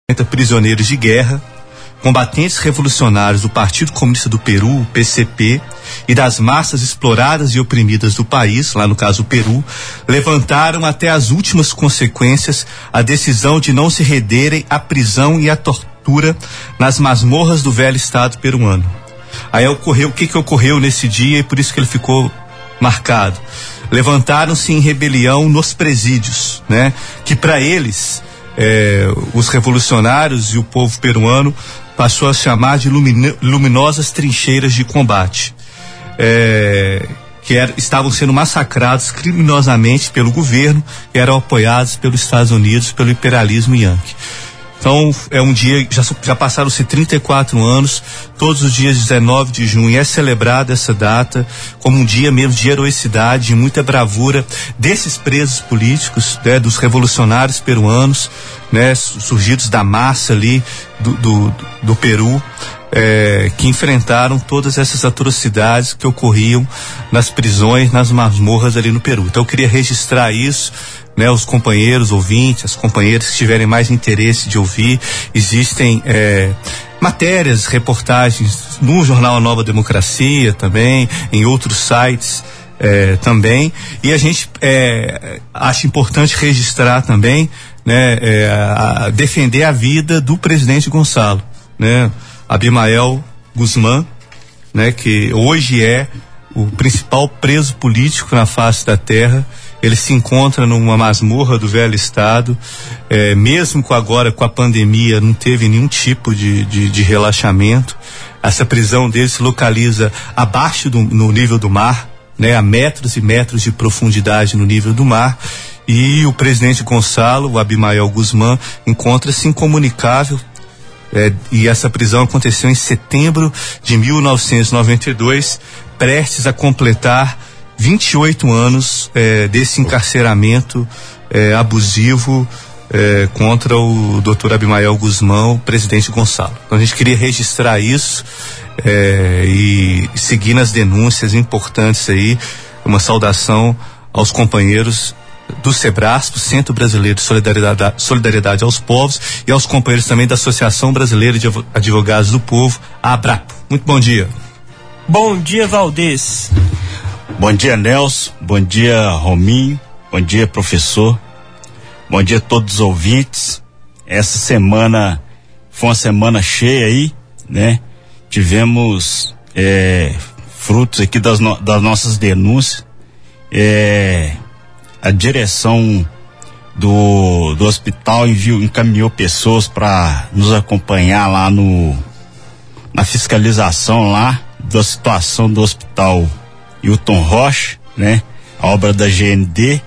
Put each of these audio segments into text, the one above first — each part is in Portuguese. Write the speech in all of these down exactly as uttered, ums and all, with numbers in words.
prisioneiros de guerra, combatentes revolucionários do Partido Comunista do Peru, o P C P, e das massas exploradas e oprimidas do país, lá no caso o Peru, levantaram até as últimas consequências a decisão de não se renderem à prisão e à tortura nas masmorras do velho Estado peruano. Aí ocorreu, o que que ocorreu nesse dia e por isso que ele ficou marcado? Levantaram-se em rebelião nos presídios, né? Que para eles, eh, os revolucionários e o povo peruano passou a chamar de lumino, luminosas trincheiras de combate, é, que era, estavam sendo massacrados criminosamente pelo governo e eram apoiados pelos Estados Unidos, pelo imperialismo yankee. Então, é um dia, já, já passaram-se trinta e quatro anos, todos os dias dezenove de junho é celebrada essa data como um dia mesmo de heroicidade, de muita bravura desses presos políticos, né, dos revolucionários peruanos, né, surgidos da massa ali do, do, do Peru, é, que enfrentaram todas essas atrocidades que ocorriam nas prisões, nas masmorras ali no Peru. Então eu queria registrar isso, né, os companheiros ouvintes, as companheiras que tiverem mais interesse de ouvir, existem é, matérias, reportagens no jornal A Nova Democracia também, em outros sites é, também, e a gente é, acha importante registrar também, né, é, a, a defender a vida do presidente Gonçalo, né, Abimael Guzmán, né, que hoje é o principal preso político na face da terra. Ele se encontra numa masmorra do velho Estado, é, mesmo com agora com a pandemia não teve nenhum tipo de, de, de relaxamento. Essa prisão dele se localiza abaixo do no nível do mar, né, a metros e metros de profundidade no nível do mar, e o presidente Gonçalo, o Abimael Guzmán, encontra-se incomunicável. É, e essa prisão aconteceu em setembro de mil novecentos e noventa e dois, prestes a completar vinte e oito anos é, desse encarceramento é, abusivo é, contra o doutor Abimael Guzmán, o presidente Gonçalo. Então a gente queria registrar isso é, e seguir nas denúncias importantes aí, uma saudação aos companheiros do SEBRASP, Centro Brasileiro de Solidariedade, Solidariedade aos Povos, e aos companheiros também da Associação Brasileira de Advogados do Povo, a ABRAPO. Muito bom dia. Bom dia, Valdez. Bom dia, Nelson. Bom dia, Rominho. Bom dia, professor. Bom dia a todos os ouvintes. Essa semana foi uma semana cheia aí, né? Tivemos é, frutos aqui das, no, das nossas denúncias. É, a direção do, do hospital enviou, encaminhou pessoas para nos acompanhar lá no na fiscalização lá da situação do hospital Hilton Rocha, né? A obra da G N D,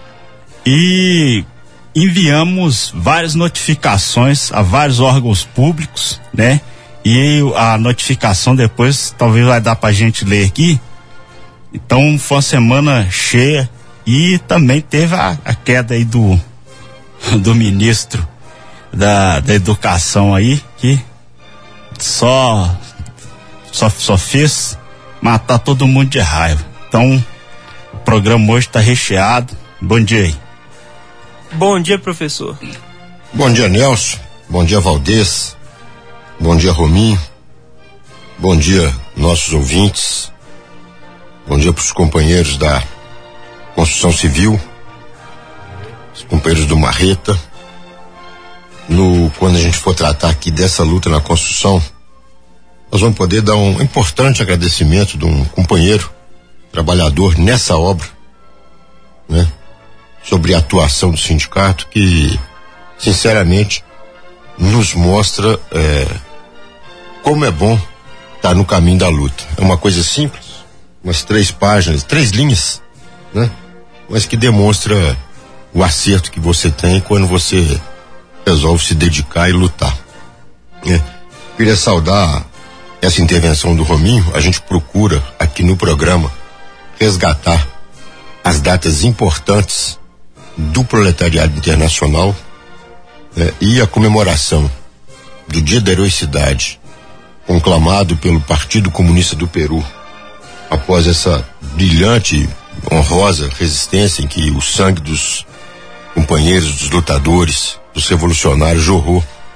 e enviamos várias notificações a vários órgãos públicos, né? E a notificação depois talvez vai dar pra gente ler aqui. Então foi uma semana cheia, e também teve a, a queda aí do do ministro da, da educação aí, que só só, só fez matar todo mundo de raiva. Então o programa hoje está recheado. Bom dia aí. Bom dia, professor. Bom dia, Nelson. Bom dia, Valdez. Bom dia, Rominho. Bom dia, nossos ouvintes. Bom dia para os companheiros da Construção Civil, os companheiros do Marreta. No, quando a gente for tratar aqui dessa luta na construção, nós vamos poder dar um importante agradecimento de um companheiro, trabalhador nessa obra, né? Sobre a atuação do sindicato, que sinceramente nos mostra é, como é bom estar no caminho da luta. É uma coisa simples, umas três páginas, três linhas, né? Mas que demonstra o acerto que você tem quando você resolve se dedicar e lutar, né? Queria saudar essa intervenção do Rominho. A gente procura aqui no programa resgatar as datas importantes do proletariado internacional, né? E a comemoração do Dia da Heroicidade, conclamado pelo Partido Comunista do Peru, após essa brilhante, honrosa resistência em que o sangue dos companheiros, dos lutadores, dos revolucionários jorrou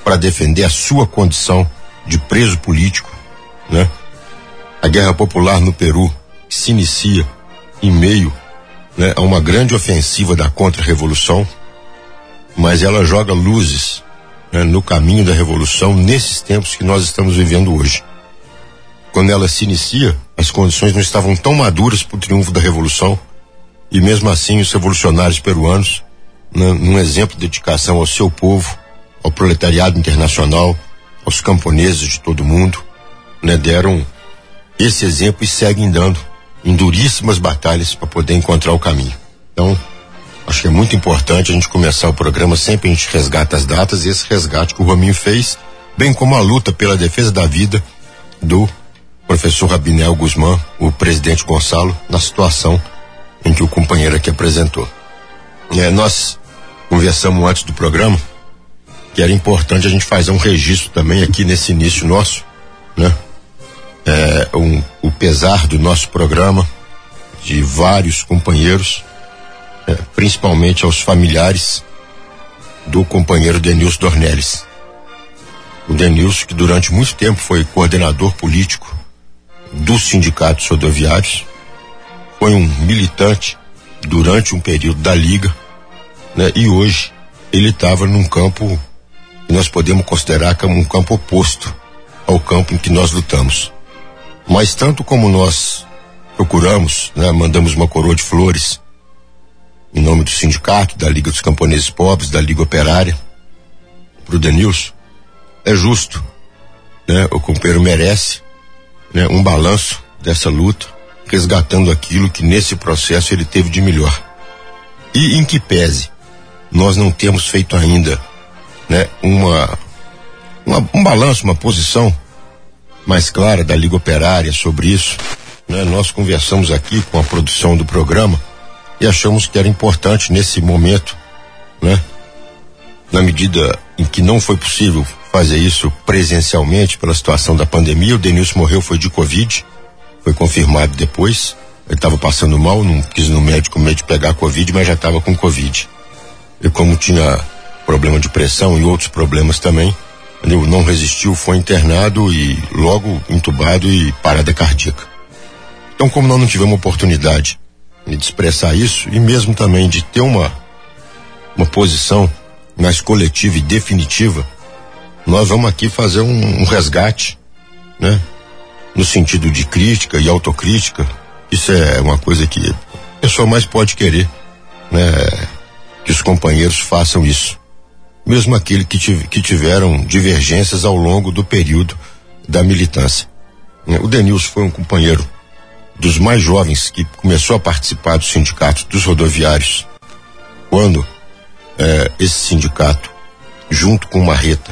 para defender a sua condição de preso político, né? A guerra popular no Peru se inicia em meio, né, a uma grande ofensiva da contra-revolução, mas ela joga luzes, né, no caminho da revolução nesses tempos que nós estamos vivendo hoje. Quando ela se inicia, as condições não estavam tão maduras para o triunfo da revolução, e mesmo assim os revolucionários peruanos, né, num exemplo de dedicação ao seu povo, ao proletariado internacional, aos camponeses de todo o mundo, né, deram esse exemplo e seguem dando em duríssimas batalhas para poder encontrar o caminho. Então, acho que é muito importante a gente começar o programa, sempre a gente resgata as datas, e esse resgate que o Rominho fez, bem como a luta pela defesa da vida do professor Rabinel Guzmán, o presidente Gonçalo, na situação em que o companheiro aqui apresentou. É, nós conversamos antes do programa que era importante a gente fazer um registro também aqui nesse início nosso, né? É, um, o pesar do nosso programa, de vários companheiros, é, principalmente aos familiares do companheiro Denilson Dornelles. O Denilson, que durante muito tempo foi coordenador político dos sindicatos rodoviários, foi um militante durante um período da Liga, né? E hoje ele estava num campo que nós podemos considerar como um campo oposto ao campo em que nós lutamos. Mas tanto como nós procuramos, né, mandamos uma coroa de flores em nome do sindicato, da Liga dos Camponeses Pobres, da Liga Operária, para o Denilson, é justo, né? O companheiro merece, né, um balanço dessa luta, resgatando aquilo que nesse processo ele teve de melhor. E em que pese nós não temos feito ainda, né, uma, uma um balanço, uma posição mais clara da Liga Operária sobre isso, né? Nós conversamos aqui com a produção do programa e achamos que era importante nesse momento, né, na medida em que não foi possível fazer isso presencialmente pela situação da pandemia. O Denilson morreu, foi de Covid, foi confirmado depois. Ele estava passando mal, não quis ir no médico com medo de pegar Covid, mas já estava com Covid. E como tinha problema de pressão e outros problemas também, ele não resistiu, foi internado e logo entubado e parada cardíaca. Então, como nós não tivemos oportunidade de expressar isso, e mesmo também de ter uma uma posição mais coletiva e definitiva, nós vamos aqui fazer um, um resgate, né, no sentido de crítica e autocrítica. Isso é uma coisa que a pessoa mais pode querer, né, que os companheiros façam isso, mesmo aqueles que, tiv- que tiveram divergências ao longo do período da militância. O Denilson foi um companheiro dos mais jovens que começou a participar do sindicato dos rodoviários, quando eh, esse sindicato, junto com o Marreta,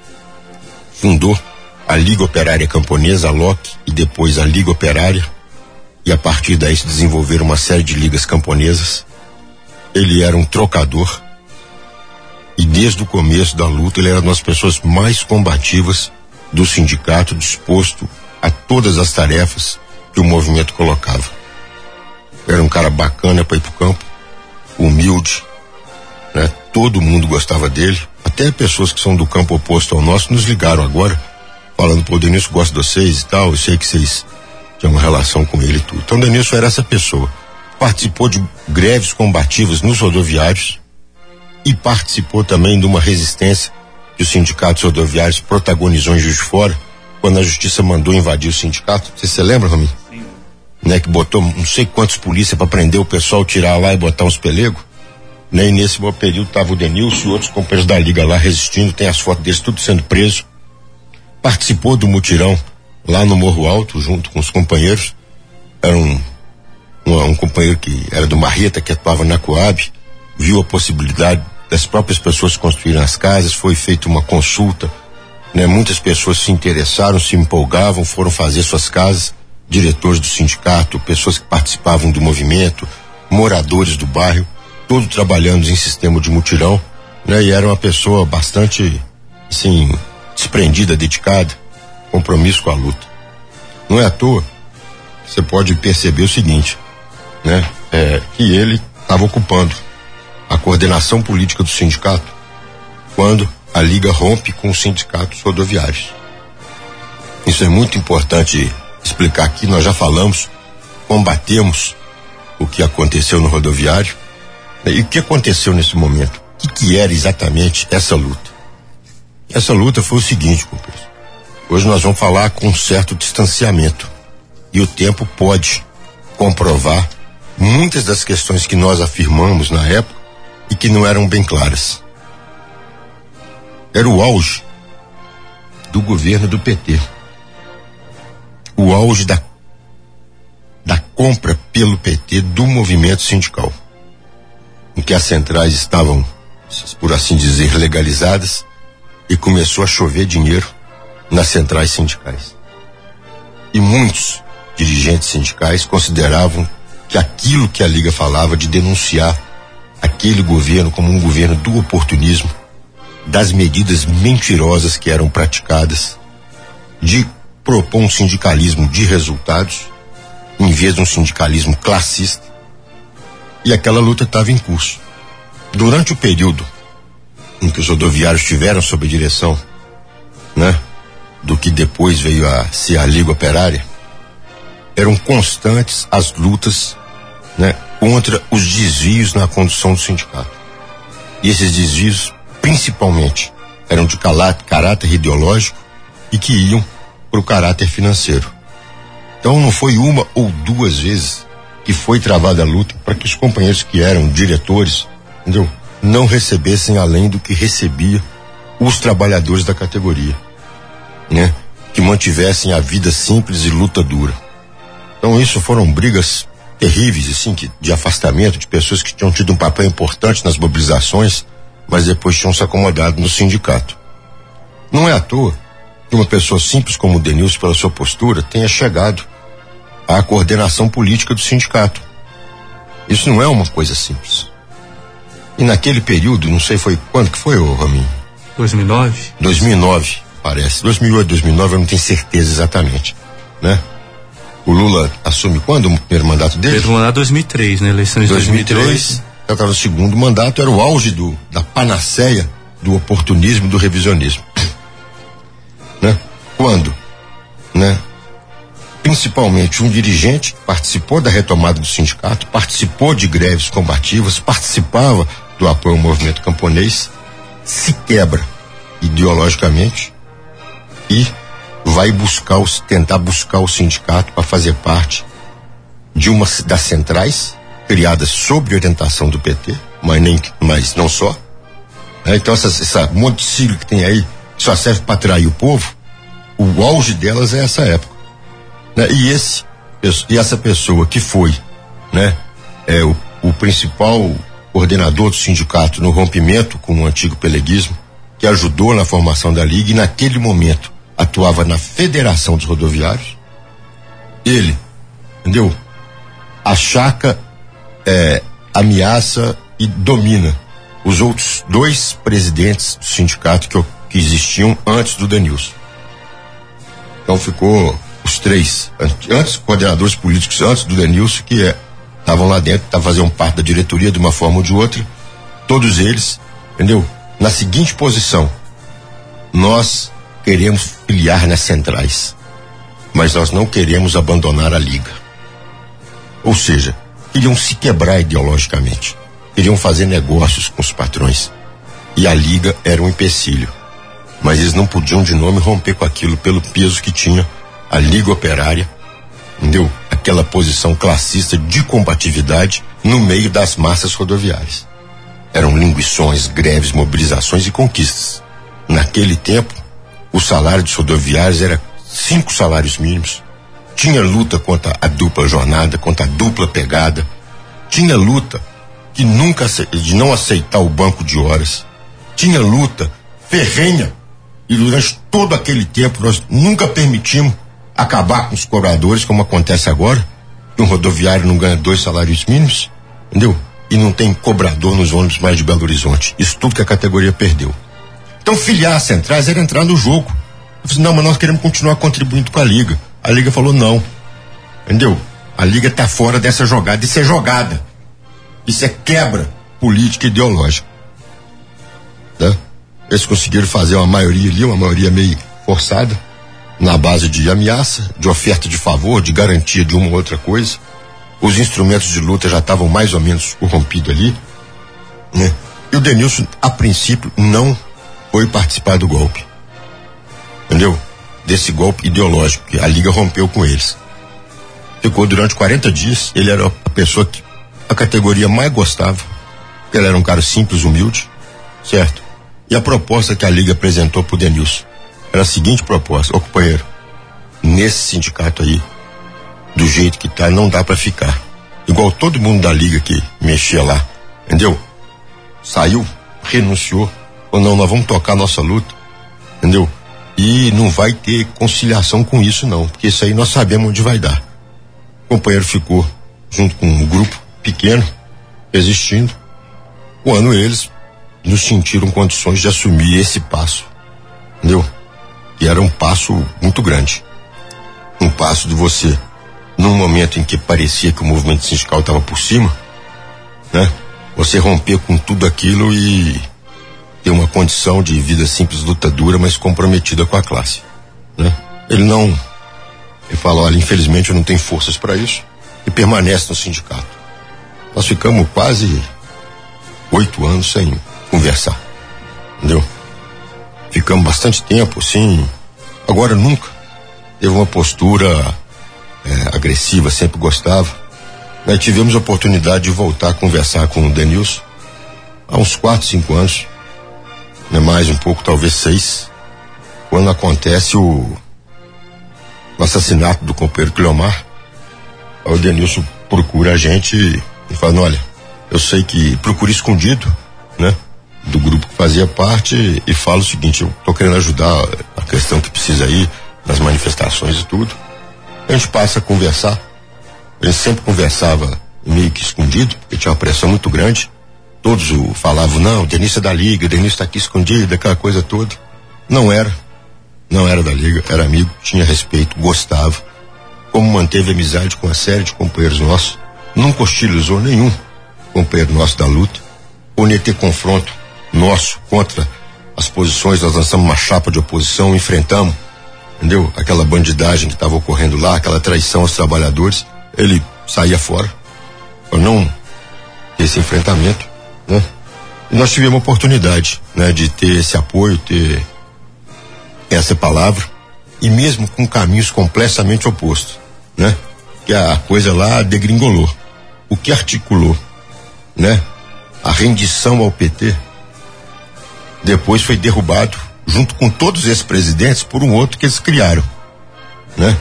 fundou a Liga Operária Camponesa, a L O C, e depois a Liga Operária, e a partir daí se desenvolveram uma série de ligas camponesas. Ele era um trocador, e desde o começo da luta ele era uma das pessoas mais combativas do sindicato, disposto a todas as tarefas que o movimento colocava. Era um cara bacana para ir pro campo, humilde, né? Todo mundo gostava dele, até pessoas que são do campo oposto ao nosso nos ligaram agora, falando, pô, o Denilson gosta de vocês e tal, eu sei que vocês tinham uma relação com ele e tudo. Então o Denilson era essa pessoa. Participou de greves combativas nos rodoviários e participou também de uma resistência que os sindicatos rodoviários protagonizou em Juiz de Fora, quando a justiça mandou invadir o sindicato. Você se lembra, Rominho? Sim. Né, que botou não sei quantos polícia para prender o pessoal, tirar lá e botar uns pelegos. Né, e nesse bom período tava o Denilson e outros companheiros da Liga lá resistindo, tem as fotos deles tudo sendo preso. Participou do mutirão lá no Morro Alto, junto com os companheiros. Era um, um, um companheiro que era do Marreta, que atuava na Coab, viu a possibilidade das próprias pessoas construírem as casas, foi feita uma consulta, né? Muitas pessoas se interessaram, se empolgavam, foram fazer suas casas, diretores do sindicato, pessoas que participavam do movimento, moradores do bairro, todos trabalhando em sistema de mutirão, né? E era uma pessoa bastante, assim, desprendida, dedicada, compromisso com a luta. Não é à toa, você pode perceber o seguinte, né? É, que ele estava ocupando a coordenação política do sindicato quando a Liga rompe com os sindicatos rodoviários. Isso é muito importante explicar aqui. Nós já falamos, combatemos o que aconteceu no rodoviário. E o que aconteceu nesse momento? O que, que era exatamente essa luta? Essa luta foi o seguinte, companheiros. Hoje nós vamos falar com um certo distanciamento. E o tempo pode comprovar muitas das questões que nós afirmamos na época e que não eram bem claras. Era o auge do governo do P T. O auge da, da compra pelo P T do movimento sindical. Em que as centrais estavam, por assim dizer, legalizadas e começou a chover dinheiro nas centrais sindicais. E muitos dirigentes sindicais consideravam que aquilo que a Liga falava de denunciar aquele governo como um governo do oportunismo, das medidas mentirosas que eram praticadas, de propor um sindicalismo de resultados, em vez de um sindicalismo classista, e aquela luta estava em curso. Durante o período em que os rodoviários estiveram sob a direção, né, do que depois veio a ser a Liga Operária, eram constantes as lutas, né, contra os desvios na condução do sindicato. E esses desvios, principalmente, eram de caráter ideológico e que iam para o caráter financeiro. Então não foi uma ou duas vezes que foi travada a luta para que os companheiros que eram diretores, entendeu, não recebessem além do que recebia os trabalhadores da categoria, né, que mantivessem a vida simples e luta dura. Então isso foram brigas terríveis, assim, que, de afastamento de pessoas que tinham tido um papel importante nas mobilizações, mas depois tinham se acomodado no sindicato. Não é à toa que uma pessoa simples como o Denilson, pela sua postura, tenha chegado à coordenação política do sindicato. Isso não é uma coisa simples. E naquele período, não sei foi quando que foi, ô Raminho? dois mil e nove? dois mil e nove, parece. dois mil e oito, dois mil e nove, eu não tenho certeza exatamente, né? O Lula assume quando o primeiro mandato dele? Primeiro mandato dois mil e três, né? Eleições de dois mil e três. Já estava no segundo mandato, era o auge do, da panaceia do oportunismo e do revisionismo. Né? Quando, né? Principalmente um dirigente participou da retomada do sindicato, participou de greves combativas, participava do apoio ao movimento camponês, se quebra ideologicamente e vai buscar, os, tentar buscar o sindicato para fazer parte de uma das centrais criadas sob orientação do P T, mas, nem, mas não só. É, então essa, essa monte de sigla que tem aí só serve para atrair o povo. O auge delas é essa época, né? E esse e essa pessoa que foi, né, é o, o principal coordenador do sindicato no rompimento com o antigo peleguismo, que ajudou na formação da Liga e naquele momento atuava na Federação dos Rodoviários. Ele, entendeu? Achaca, é, ameaça e domina os outros dois presidentes do sindicato que, que existiam antes do Denilson. Então ficou os três, antes coordenadores políticos antes do Denilson, que estavam é, lá dentro, estavam fazendo parte da diretoria de uma forma ou de outra, todos eles, entendeu? Na seguinte posição: nós queremos filiar nas centrais, mas nós não queremos abandonar a Liga. Ou seja, queriam se quebrar ideologicamente, queriam fazer negócios com os patrões, e a Liga era um empecilho, mas eles não podiam de nome romper com aquilo pelo peso que tinha a Liga Operária, entendeu? Aquela posição classista de combatividade no meio das massas rodoviárias. Eram linguições, greves, mobilizações e conquistas. Naquele tempo, o salário dos rodoviários era cinco salários mínimos. Tinha luta contra a dupla jornada, contra a dupla pegada. Tinha luta que nunca de não aceitar o banco de horas. Tinha luta ferrenha. E durante todo aquele tempo nós nunca permitimos acabar com os cobradores, como acontece agora, que um rodoviário não ganha dois salários mínimos, entendeu? E não tem cobrador nos ônibus mais de Belo Horizonte. Isso tudo que a categoria perdeu. Então filiar as centrais era entrar no jogo. Eu falei, não, mas nós queremos continuar contribuindo com a Liga. A Liga falou não, entendeu? A Liga está fora dessa jogada. Isso é jogada, isso é quebra política e ideológica, tá? eles conseguiram fazer uma maioria ali, uma maioria meio forçada, na base de ameaça, de oferta de favor, de garantia de uma ou outra coisa. Os instrumentos de luta já estavam mais ou menos corrompidos ali, né? E o Denilson, a princípio, não foi participar do golpe. Entendeu? Desse golpe ideológico, que a Liga rompeu com eles. Ficou durante quarenta dias, ele era a pessoa que a categoria mais gostava, porque ele era um cara simples, humilde, certo? E a proposta que a Liga apresentou pro Denilson era a seguinte proposta: ô companheiro, nesse sindicato aí, do jeito que tá, não dá pra ficar. Igual todo mundo da Liga que mexia lá, entendeu? Saiu, renunciou, ou não, nós vamos tocar a nossa luta, entendeu? E não vai ter conciliação com isso não, porque isso aí nós sabemos onde vai dar. O companheiro ficou junto com um grupo pequeno, existindo, quando eles nos sentiram condições de assumir esse passo, entendeu? E era um passo muito grande. Um passo de você, num momento em que parecia que o movimento sindical estava por cima, né? Você romper com tudo aquilo e ter uma condição de vida simples, luta dura, mas comprometida com a classe, né? Ele não, ele fala, olha, infelizmente eu não tenho forças para isso, e permanece no sindicato. Nós ficamos quase oito anos sem conversar, entendeu? Ficamos bastante tempo, sim. Agora nunca teve uma postura é, agressiva, sempre gostava. Nós tivemos a oportunidade de voltar a conversar com o Denilson há uns quatro, cinco anos, né, mais um pouco, talvez seis, quando acontece o, o assassinato do companheiro Cleomar. Aí o Denilson procura a gente e, e fala, olha, eu sei que procura escondido, né, do grupo que fazia parte, e fala o seguinte, eu tô querendo ajudar a questão que precisa aí, nas manifestações e tudo. A gente passa a conversar. A gente sempre conversava meio que escondido, porque tinha uma pressão muito grande. Todos o falavam, não, o Denilson é da Liga, o Denilson está aqui escondido, aquela coisa toda. Não era. Não era da Liga, era amigo, tinha respeito, gostava. Como manteve amizade com uma série de companheiros nossos. Nunca hostilizou nenhum companheiro nosso da luta. Ou ia ter confronto nosso contra as posições, nós lançamos uma chapa de oposição, enfrentamos, entendeu? Aquela bandidagem que estava ocorrendo lá, aquela traição aos trabalhadores. Ele saía fora para não ter esse enfrentamento, né? E nós tivemos a oportunidade, né, de ter esse apoio, ter essa palavra, e mesmo com caminhos completamente opostos, né? Que a coisa lá degringolou. O que articulou, né, a rendição ao P T, depois foi derrubado junto com todos esses presidentes por um outro que eles criaram, né?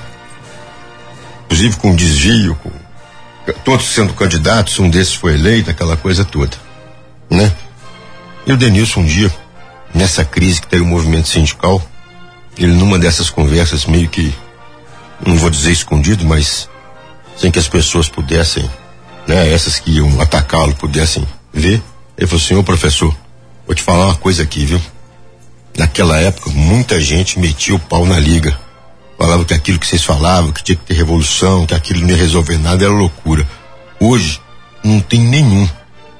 Inclusive com desvio, com todos sendo candidatos, um desses foi eleito, aquela coisa toda, né? E o Denilson um dia, nessa crise que teve o movimento sindical, ele numa dessas conversas meio que, não vou dizer escondido, mas sem que as pessoas pudessem, né, essas que iam atacá-lo pudessem ver, ele falou assim, ô professor, vou te falar uma coisa aqui, viu? Naquela época, muita gente metia o pau na Liga. Falava que aquilo que vocês falavam, que tinha que ter revolução, que aquilo não ia resolver nada, era loucura. Hoje, não tem nenhum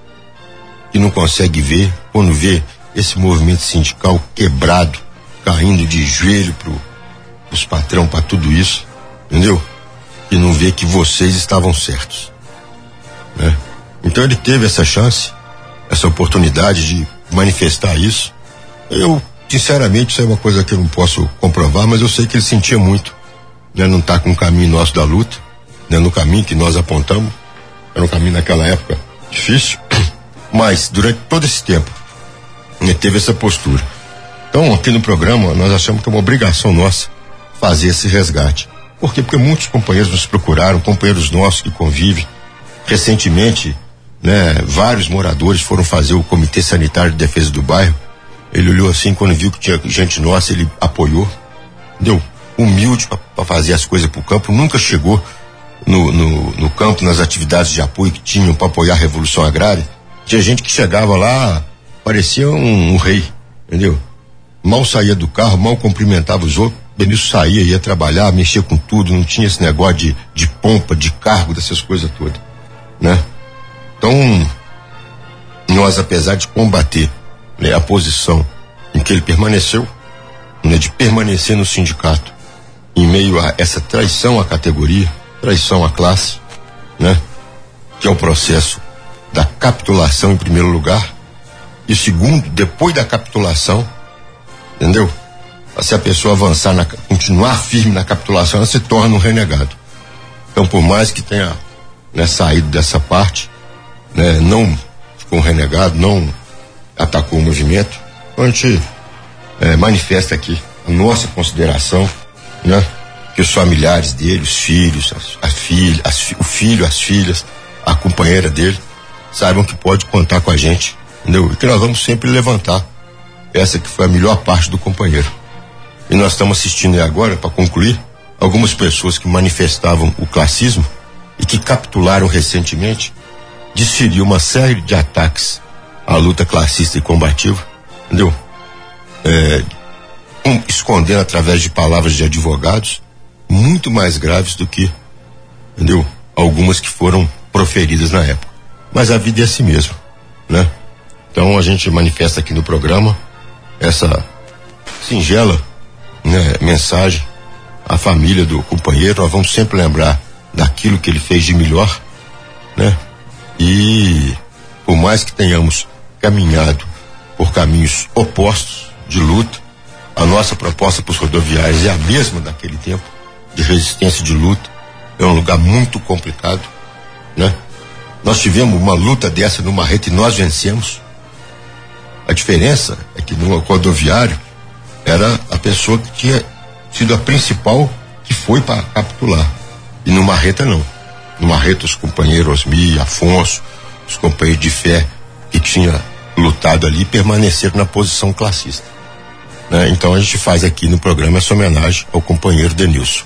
que não consegue ver, quando vê esse movimento sindical quebrado, caindo de joelho pro, pros patrão, para tudo isso, entendeu? E não vê que vocês estavam certos, né? Então ele teve essa chance, essa oportunidade de manifestar isso. Eu, sinceramente, isso é uma coisa que eu não posso comprovar, mas eu sei que ele sentia muito, né? Não tá com o caminho nosso da luta, né? No caminho que nós apontamos, era um caminho naquela época difícil, mas durante todo esse tempo, né, teve essa postura. Então, aqui no programa, nós achamos que é uma obrigação nossa fazer esse resgate. Por quê? Porque muitos companheiros nos procuraram, companheiros nossos que convivem. Recentemente, né, vários moradores foram fazer o Comitê Sanitário de Defesa do Bairro. Ele olhou assim, quando viu que tinha gente nossa, ele apoiou, entendeu? Humilde para fazer as coisas pro campo, nunca chegou no, no, no campo, nas atividades de apoio que tinham para apoiar a Revolução Agrária. Tinha gente que chegava lá, parecia um, um rei, entendeu? Mal saía do carro, mal cumprimentava os outros, Denilson saía, ia trabalhar, mexia com tudo, não tinha esse negócio de, de pompa, de cargo, dessas coisas todas, né? Então, nós, apesar de combater, né, a posição em que ele permaneceu, né, de permanecer no sindicato em meio a essa traição à categoria, traição à classe, né, que é o processo da capitulação em primeiro lugar, e segundo, depois da capitulação, entendeu? Se a pessoa avançar, na, continuar firme na capitulação, ela se torna um renegado. Então, por mais que tenha, né, saído dessa parte, né, não ficou um renegado, não atacou o movimento, então a gente é, manifesta aqui a nossa consideração, né, que os familiares dele, os filhos, as, a filha, as, o filho, as filhas, a companheira dele, saibam que pode contar com a gente, entendeu? E que nós vamos sempre levantar essa que foi a melhor parte do companheiro. E nós estamos assistindo agora, para concluir, algumas pessoas que manifestavam o classismo e que capitularam recentemente, desferiu uma série de ataques à luta classista e combativa, entendeu? É, um, escondendo através de palavras de advogados muito mais graves do que, entendeu? Algumas que foram proferidas na época. Mas a vida é assim mesmo, né? Então a gente manifesta aqui no programa essa singela, né, mensagem à família do companheiro. Nós vamos sempre lembrar daquilo que ele fez de melhor, né? E por mais que tenhamos caminhado por caminhos opostos de luta, a nossa proposta para os rodoviários é a mesma daquele tempo, de resistência, de luta. É um lugar muito complicado, né? Nós tivemos uma luta dessa no Marreta e nós vencemos. A diferença é que no rodoviário era a pessoa que tinha sido a principal que foi para capitular. E no Marreta não. No Marreta os companheiros Osmi, Afonso, os companheiros de fé que tinham lutado ali permaneceram na posição classista, né? Então a gente faz aqui no programa essa homenagem ao companheiro Denilson.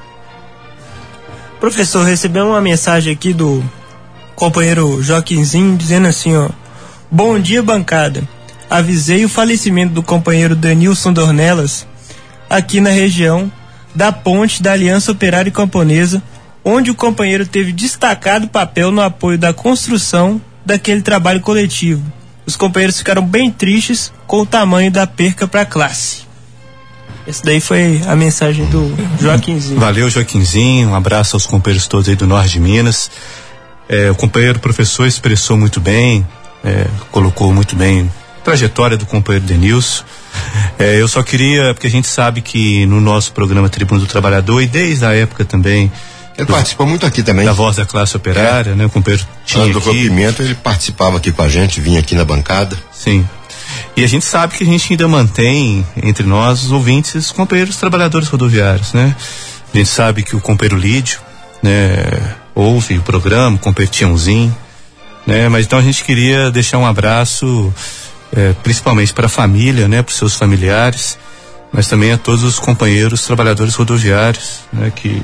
Professor, recebemos uma mensagem aqui do companheiro Joaquinzinho dizendo assim, ó: bom dia, bancada. Avisei o falecimento do companheiro Denilson Dornelas aqui na região da ponte da Aliança Operária e Camponesa, onde o companheiro teve destacado papel no apoio da construção daquele trabalho coletivo. Os companheiros ficaram bem tristes com o tamanho da perca para a classe. Essa daí foi a mensagem do Joaquinzinho. Valeu, Joaquinzinho. Um abraço aos companheiros todos aí do Norte de Minas. É, o companheiro professor expressou muito bem, é, colocou muito bem a trajetória do companheiro Denilson. É, eu só queria, porque a gente sabe que no nosso programa Tribuna do Trabalhador, e desde a época também, ele participou muito aqui também. Da Voz da Classe Operária, é. né? O companheiro tinha do aqui. Rompimento, ele participava aqui com a gente, vinha aqui na bancada. Sim. E a gente sabe que a gente ainda mantém entre nós os ouvintes, os companheiros trabalhadores rodoviários, né? A gente sabe que o companheiro Lídio, né, ouve o programa, o companheiro Tiãozinho, né? Mas então a gente queria deixar um abraço, é, principalmente para a família, né? Para os seus familiares, mas também a todos os companheiros trabalhadores rodoviários, né? Que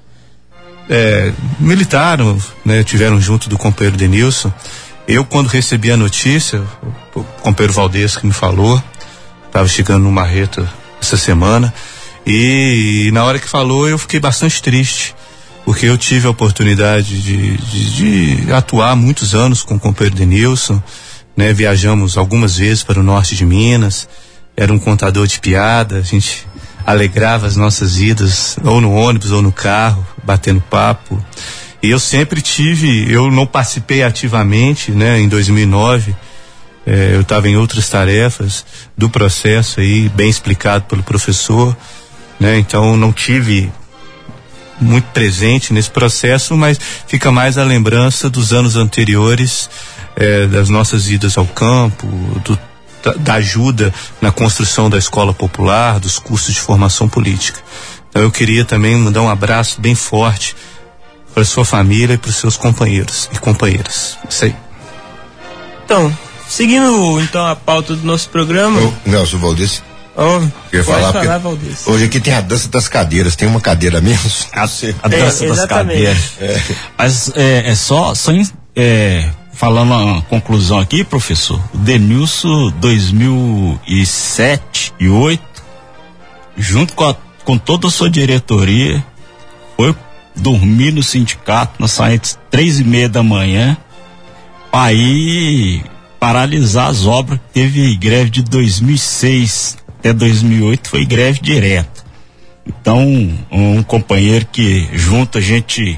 é, militaram, né? Tiveram junto do companheiro Denilson. Eu, quando recebi a notícia, o, o companheiro Valdez que me falou, estava chegando no Marreta essa semana, e, e na hora que falou eu fiquei bastante triste, porque eu tive a oportunidade de, de, de atuar muitos anos com o companheiro Denilson, né? Viajamos algumas vezes para o norte de Minas, era um contador de piada, a gente alegrava as nossas idas, ou no ônibus ou no carro, batendo papo. E eu sempre tive, eu não participei ativamente, né? Em dois mil e nove, eh, eu estava em outras tarefas do processo aí, bem explicado pelo professor, né? Então não tive muito presente nesse processo, mas fica mais a lembrança dos anos anteriores, eh, das nossas idas ao campo, do, da, da ajuda na construção da escola popular, dos cursos de formação política. Então eu queria também mandar um abraço bem forte para sua família e para os seus companheiros e companheiras. Isso aí. Então, seguindo então a pauta do nosso programa. Ô, Nelson Valdez. Oh, queria falar, falar porque hoje aqui tem a dança das cadeiras, tem uma cadeira menos. A, a é, dança das cadeiras. É. Mas é, é só, só é, falando uma conclusão aqui, professor. O Denilson, dois mil e sete e oito, junto com, a, com toda a sua diretoria, foi dormir no sindicato, nós saímos três e meia da manhã, para ir paralisar as obras. Teve greve de dois mil e seis até dois mil e oito, foi greve direta. Então, um companheiro que junto a gente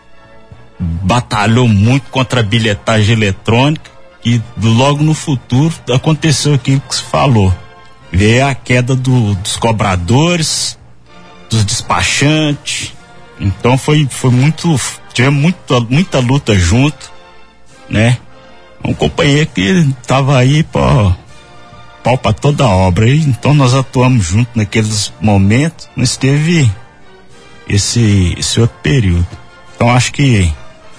batalhou muito contra a bilhetagem eletrônica, e logo no futuro aconteceu aquilo que se falou. Veio a queda do, dos cobradores, dos despachantes. Então foi, foi muito, tivemos muito, muita luta junto, né? Um companheiro que tava aí, pô, pau pra toda a obra. E, então nós atuamos junto naqueles momentos, mas teve esse, esse outro período. Então acho que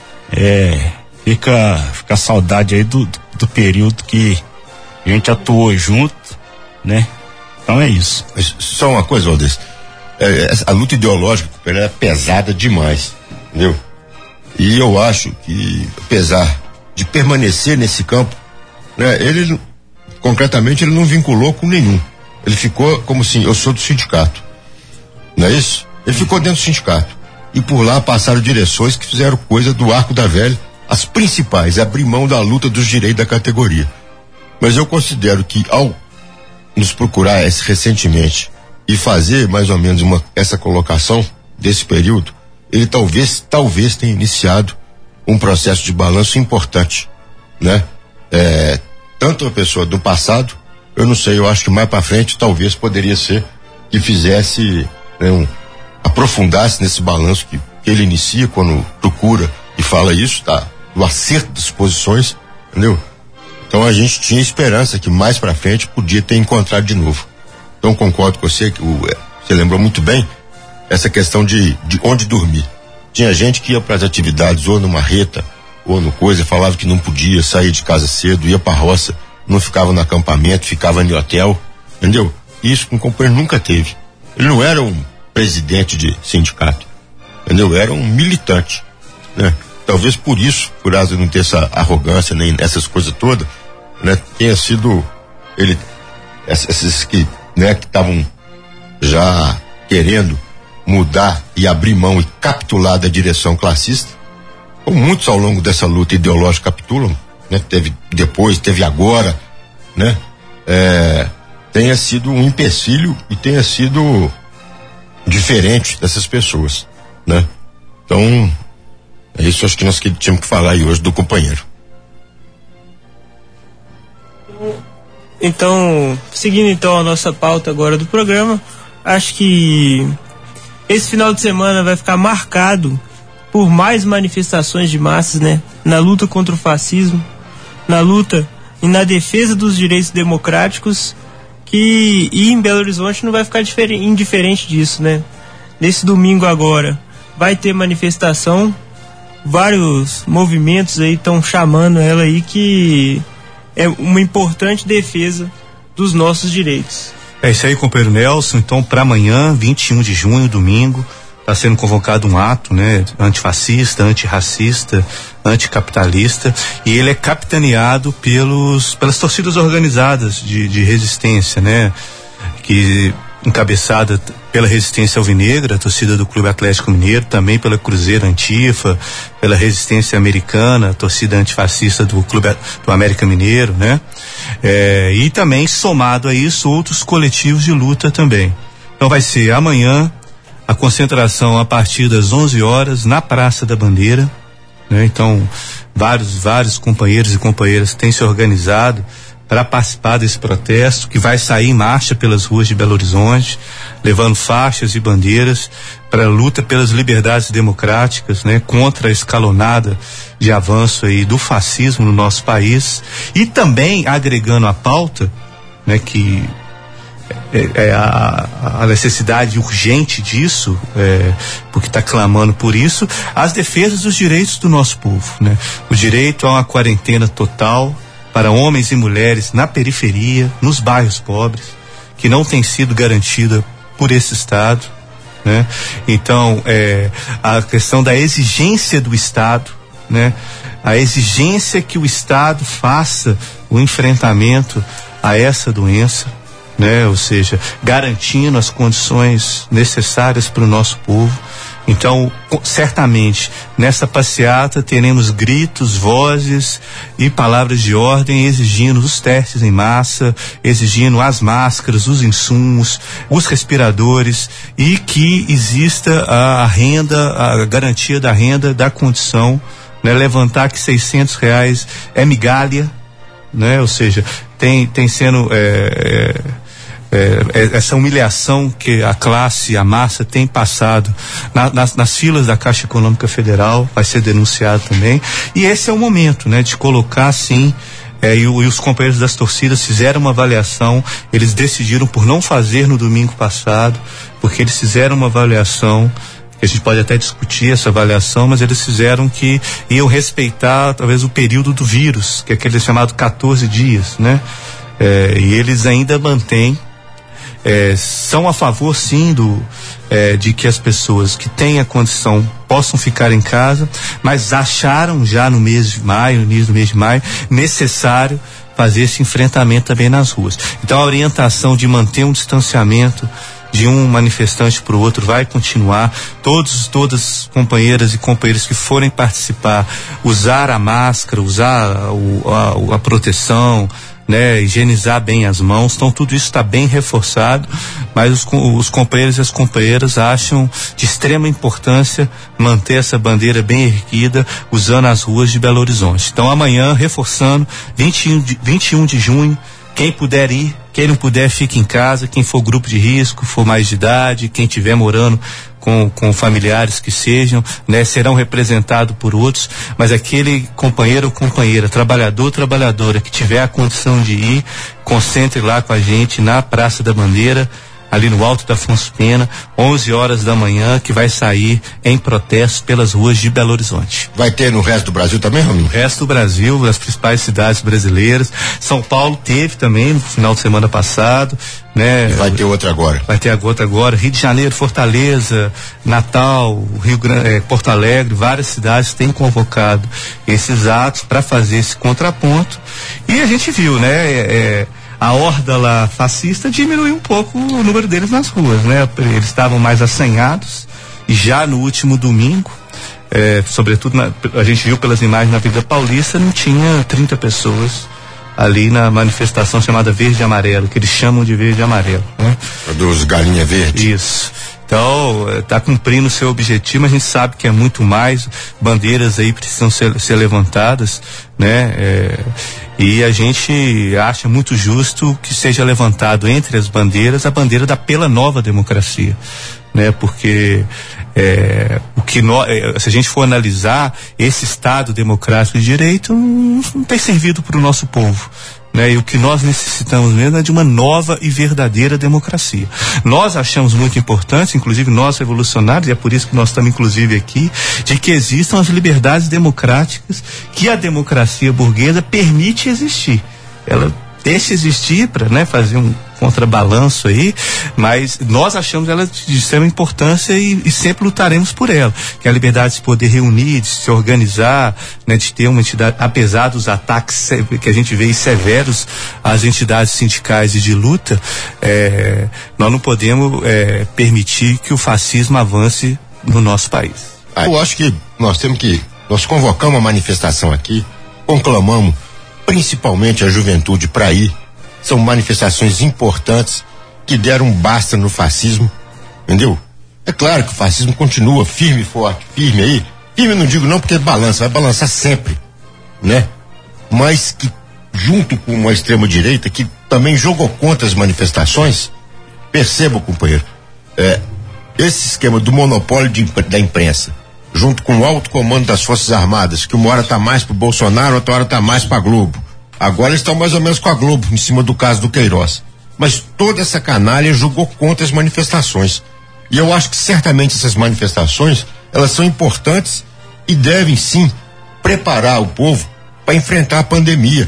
é, fica, fica a saudade aí do, do período que a gente atuou junto, né? Então é isso. Mas só uma coisa, Valdez. É, a luta ideológica é pesada demais, entendeu? E eu acho que, apesar de permanecer nesse campo, né, ele, concretamente, ele não vinculou com nenhum. Ele ficou como assim, eu sou do sindicato. Não é isso? Ele ficou dentro do sindicato. E por lá passaram direções que fizeram coisa do Arco da Velha, as principais, abrir mão da luta dos direitos da categoria. Mas eu considero que ao nos procurar esse, recentemente e fazer mais ou menos uma, essa colocação desse período, ele talvez, talvez tenha iniciado um processo de balanço importante, né? É, tanto a pessoa do passado, eu não sei, eu acho que mais para frente talvez poderia ser que fizesse, né, um, aprofundasse nesse balanço que, que ele inicia quando procura e fala isso, tá? Do acerto das posições, entendeu? Então a gente tinha esperança que mais para frente podia ter encontrado de novo. Então concordo com você que o, você lembrou muito bem essa questão de, de onde dormir. Tinha gente que ia para as atividades ou numa reta ou no coisa, falava que não podia sair de casa cedo, ia para roça, não ficava no acampamento, ficava no hotel, entendeu? Isso com o companheiro nunca teve. Ele não era um presidente de sindicato, entendeu? Era um militante, né? Talvez por isso, por causa de não ter essa arrogância nem essas coisas todas, né? Tenha sido ele, esses que, né, que estavam já querendo mudar e abrir mão e capitular da direção classista, como muitos ao longo dessa luta ideológica capitulam, né? Teve depois, teve agora, né? É, tenha sido um empecilho e tenha sido diferente dessas pessoas, né? Então, é isso acho que nós que tínhamos que falar aí hoje do companheiro. Então, seguindo então a nossa pauta agora do programa, acho que esse final de semana vai ficar marcado por mais manifestações de massas, né? Na luta contra o fascismo, na luta e na defesa dos direitos democráticos, que e em Belo Horizonte não vai ficar indiferente disso, né? Nesse domingo agora vai ter manifestação, vários movimentos aí estão chamando ela aí, que é uma importante defesa dos nossos direitos. É isso aí, companheiro Nelson. Então, para amanhã, vinte e um de junho, domingo, está sendo convocado um ato, né, antifascista, antirracista, anticapitalista, e ele é capitaneado pelos pelas torcidas organizadas de, de resistência, né, que encabeçada pela Resistência Alvinegra, a torcida do Clube Atlético Mineiro, também pela Cruzeiro Antifa, pela Resistência Americana, a torcida antifascista do Clube do América Mineiro, né? É, e também, somado a isso, outros coletivos de luta também. Então vai ser amanhã a concentração a partir das onze horas na Praça da Bandeira, né? Então, vários, vários companheiros e companheiras têm se organizado para participar desse protesto, que vai sair em marcha pelas ruas de Belo Horizonte, levando faixas e bandeiras para a luta pelas liberdades democráticas, né, contra a escalonada de avanço aí do fascismo no nosso país, e também agregando a pauta, né, que é, é a, a necessidade urgente disso, é, porque está clamando por isso, as defesas dos direitos do nosso povo, né, o direito a uma quarentena total para homens e mulheres na periferia, nos bairros pobres, que não tem sido garantida por esse Estado, né? Então, é, a questão da exigência do Estado, né? A exigência que o Estado faça o enfrentamento a essa doença, né? Ou seja, garantindo as condições necessárias para o nosso povo. Então, certamente, nessa passeata teremos gritos, vozes e palavras de ordem exigindo os testes em massa, exigindo as máscaras, os insumos, os respiradores e que exista a renda, a garantia da renda, da condição, né? Levantar que seiscentos reais é migalha, né? Ou seja, tem, tem sendo é, é, É, essa humilhação que a classe, a massa tem passado na, nas, nas filas da Caixa Econômica Federal, vai ser denunciado também, e esse é o momento, né, de colocar sim, é, e, o, e os companheiros das torcidas fizeram uma avaliação, eles decidiram por não fazer no domingo passado, porque eles fizeram uma avaliação, a gente pode até discutir essa avaliação, mas eles fizeram que iam respeitar talvez o período do vírus, que é aquele chamado quatorze dias, né, é, e eles ainda mantêm É, são a favor sim do, é, de que as pessoas que têm a condição possam ficar em casa, mas acharam já no mês de maio, no início do mês de maio, necessário fazer esse enfrentamento também nas ruas. Então a orientação de manter um distanciamento de um manifestante para o outro vai continuar. Todos, todas companheiras e companheiros que forem participar, usar a máscara, usar o, a, a proteção, né, higienizar bem as mãos, então tudo isso está bem reforçado, mas os, os companheiros e as companheiras acham de extrema importância manter essa bandeira bem erguida, usando as ruas de Belo Horizonte. Então amanhã, reforçando, vinte e um de junho, quem puder ir, quem não puder, fique em casa, quem for grupo de risco, for mais de idade, quem estiver morando com, com familiares que sejam, né, serão representados por outros, mas aquele companheiro ou companheira, trabalhador ou trabalhadora que tiver a condição de ir, concentre lá com a gente na Praça da Bandeira, ali no Alto da Afonso Pena, onze horas da manhã, que vai sair em protesto pelas ruas de Belo Horizonte. Vai ter no resto do Brasil também, Rominho? No resto do Brasil, nas principais cidades brasileiras. São Paulo teve também no final de semana passado, né? E vai ter outra agora. Vai ter a outra agora. Rio de Janeiro, Fortaleza, Natal, Rio Grande, eh, Porto Alegre, várias cidades têm convocado esses atos para fazer esse contraponto. E a gente viu, né? É, a horda lá fascista diminuiu um pouco o número deles nas ruas, né? Eles estavam mais assanhados e já no último domingo, é, sobretudo na, a gente viu pelas imagens na Avenida Paulista, não tinha trinta pessoas ali na manifestação chamada Verde e Amarelo, que eles chamam de Verde e Amarelo, né? Dos Galinha Verde. Isso. Então, está cumprindo o seu objetivo, mas a gente sabe que é muito mais, bandeiras aí precisam ser, ser levantadas, né? É, e a gente acha muito justo que seja levantado entre as bandeiras a bandeira da pela nova democracia, né? Porque é, o que nós, é, se a gente for analisar, esse Estado democrático de direito não, não tem servido para o nosso povo. Né? E o que nós necessitamos mesmo é de uma nova e verdadeira democracia. Nós achamos muito importante, inclusive nós revolucionários, e é por isso que nós estamos inclusive aqui, de que existam as liberdades democráticas que a democracia burguesa permite existir. Ela deixa existir para, né, fazer um contrabalanço aí, mas nós achamos ela de extrema importância e, e sempre lutaremos por ela, que é a liberdade de se poder reunir, de se organizar, né, de ter uma entidade, apesar dos ataques que a gente vê severos às entidades sindicais e de luta, é, nós não podemos é, permitir que o fascismo avance no nosso país. Eu acho que nós temos que, nós convocamos uma manifestação aqui, conclamamos principalmente a juventude para ir. São manifestações importantes que deram um basta no fascismo, entendeu? É claro que o fascismo continua firme, forte, firme aí. Firme não digo não porque balança, vai balançar sempre, né? Mas que junto com uma extrema direita que também jogou contra as manifestações, perceba, companheiro, é, esse esquema do monopólio de, da imprensa, junto com o alto comando das Forças Armadas, que uma hora tá mais pro Bolsonaro, outra hora tá mais pra Globo. Agora eles estão mais ou menos com a Globo, em cima do caso do Queiroz. Mas toda essa canalha jogou contra as manifestações. E eu acho que certamente essas manifestações, elas são importantes e devem sim preparar o povo para enfrentar a pandemia.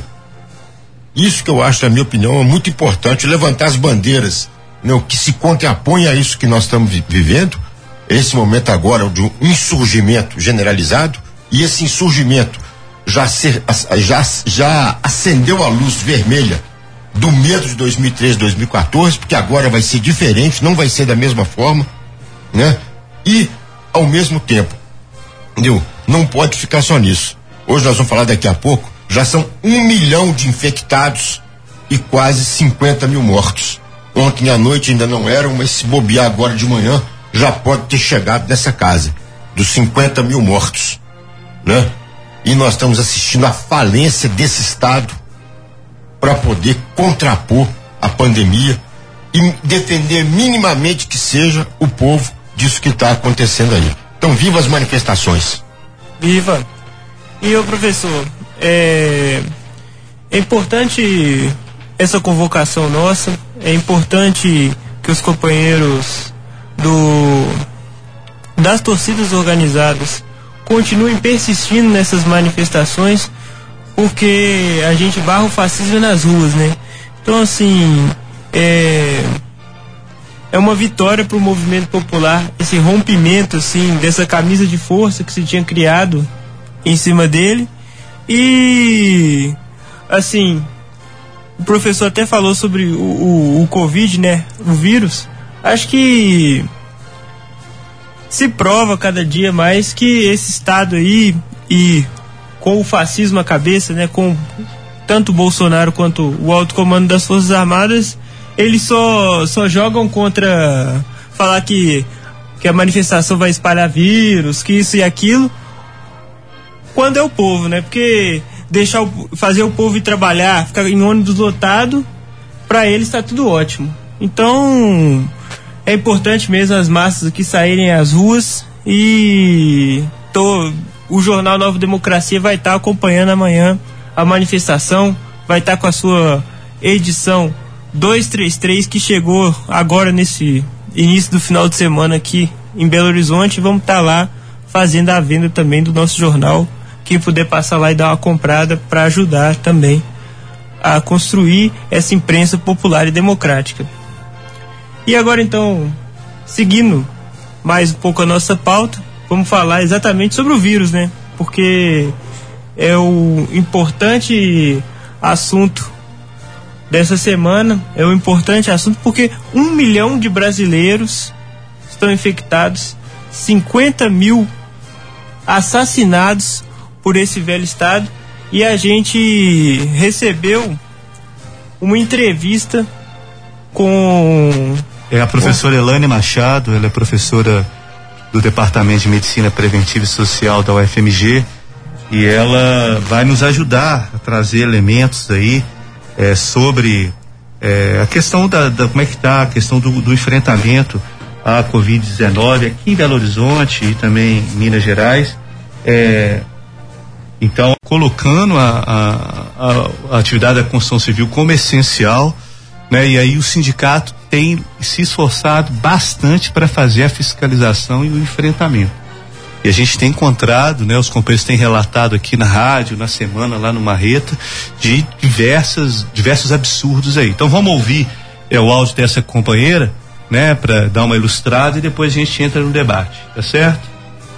Isso que eu acho, na minha opinião, é muito importante, levantar as bandeiras, né, que se contrapõe a isso que nós estamos vi- vivendo, esse momento agora de um insurgimento generalizado, e esse insurgimento já, ser, já, já acendeu a luz vermelha do medo de dois mil e treze, dois mil e quatorze, porque agora vai ser diferente, não vai ser da mesma forma, né? E ao mesmo tempo. Entendeu? Não pode ficar só nisso. Hoje nós vamos falar daqui a pouco, já são um milhão de infectados e quase cinquenta mil mortos. Ontem à noite ainda não eram, mas se bobear agora de manhã, já pode ter chegado nessa casa, dos cinquenta mil mortos, né? E nós estamos assistindo a falência desse Estado para poder contrapor a pandemia e defender minimamente que seja o povo disso que está acontecendo aí. Então, viva as manifestações. Viva! E o professor, é, é importante essa convocação nossa, é importante que os companheiros do, das torcidas organizadas continuem persistindo nessas manifestações, porque a gente barra o fascismo nas ruas, né? Então, assim, é, é uma vitória para o movimento popular, esse rompimento, assim, dessa camisa de força que se tinha criado em cima dele. E, assim, o professor até falou sobre o, o, o Covid, né? O vírus. Acho que se prova cada dia mais que esse Estado aí, e com o fascismo à cabeça, né? Com tanto o Bolsonaro quanto o alto comando das Forças Armadas, eles só, só jogam contra falar que, que a manifestação vai espalhar vírus, que isso e aquilo, quando é o povo, né? Porque deixar o, fazer o povo ir trabalhar, ficar em ônibus lotado, para eles está tudo ótimo. Então, é importante mesmo as massas aqui saírem às ruas, e tô, o jornal Nova Democracia vai estar tá acompanhando amanhã a manifestação, vai estar tá com a sua edição duzentos e trinta e três, que chegou agora nesse início do final de semana aqui em Belo Horizonte. Vamos estar tá lá fazendo a venda também do nosso jornal. Quem puder passar lá e dar uma comprada para ajudar também a construir essa imprensa popular e democrática. E agora, então, seguindo mais um pouco a nossa pauta, vamos falar exatamente sobre o vírus, né? Porque é o importante assunto dessa semana, é o importante assunto porque um milhão de brasileiros estão infectados, cinquenta mil assassinados por esse velho Estado, e a gente recebeu uma entrevista com é a professora Elane Machado. Ela é professora do Departamento de Medicina Preventiva e Social da U F M G, e ela vai nos ajudar a trazer elementos aí é, sobre é, a questão da, da como é que está a questão do, do enfrentamento à covid dezenove aqui em Belo Horizonte e também em Minas Gerais. É, então, colocando a, a, a, a atividade da construção civil como essencial, né? E aí o sindicato tem se esforçado bastante para fazer a fiscalização e o enfrentamento. E a gente tem encontrado, né? Os companheiros têm relatado aqui na rádio, na semana, lá no Marreta, de diversas, diversos absurdos aí. Então vamos ouvir é, o áudio dessa companheira, né? Para dar uma ilustrada, e depois a gente entra no debate, tá certo?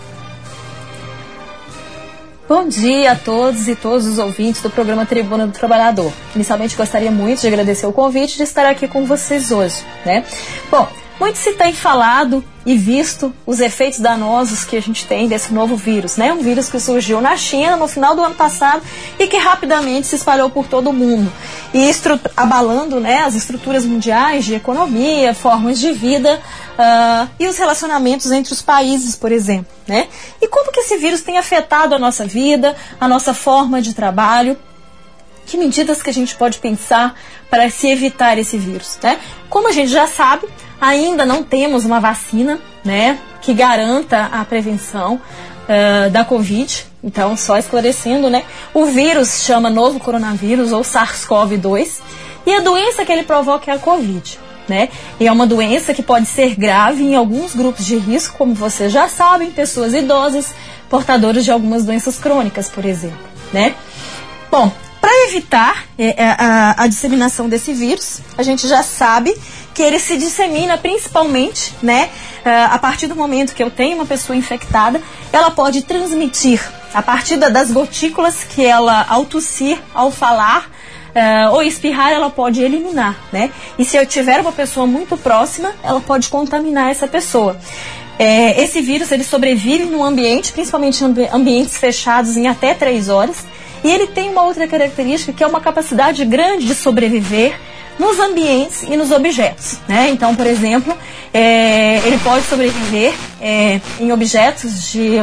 Bom dia a todos e todos os ouvintes do programa Tribuna do Trabalhador. Inicialmente gostaria muito de agradecer o convite de estar aqui com vocês hoje, né? Bom, muito se tem falado e visto os efeitos danosos que a gente tem desse novo vírus, né? Um vírus que surgiu na China no final do ano passado e que rapidamente se espalhou por todo o mundo, e abalando, né, as estruturas mundiais de economia, formas de vida uh, e os relacionamentos entre os países, por exemplo, né? E como que esse vírus tem afetado a nossa vida, a nossa forma de trabalho? Que medidas que a gente pode pensar para se evitar esse vírus, né? Como a gente já sabe, ainda não temos uma vacina, né, que garanta a prevenção uh, da Covid. Então, só esclarecendo, né, o vírus chama novo coronavírus ou SARS-CoV dois, e a doença que ele provoca é a Covid, né? E é uma doença que pode ser grave em alguns grupos de risco, como vocês já sabem, pessoas idosas, portadoras de algumas doenças crônicas, por exemplo, né? Bom, para evitar é, a, a disseminação desse vírus, a gente já sabe que ele se dissemina principalmente, né, a partir do momento que eu tenho uma pessoa infectada, ela pode transmitir a partir das gotículas que ela, ao tossir, ao falar uh, ou espirrar, ela pode eliminar, né? E se eu tiver uma pessoa muito próxima, ela pode contaminar essa pessoa. É, esse vírus ele sobrevive no ambiente, principalmente em ambi- ambientes fechados, em até três horas. E ele tem uma outra característica que é uma capacidade grande de sobreviver nos ambientes e nos objetos, né? Então, por exemplo, é, ele pode sobreviver é, em objetos de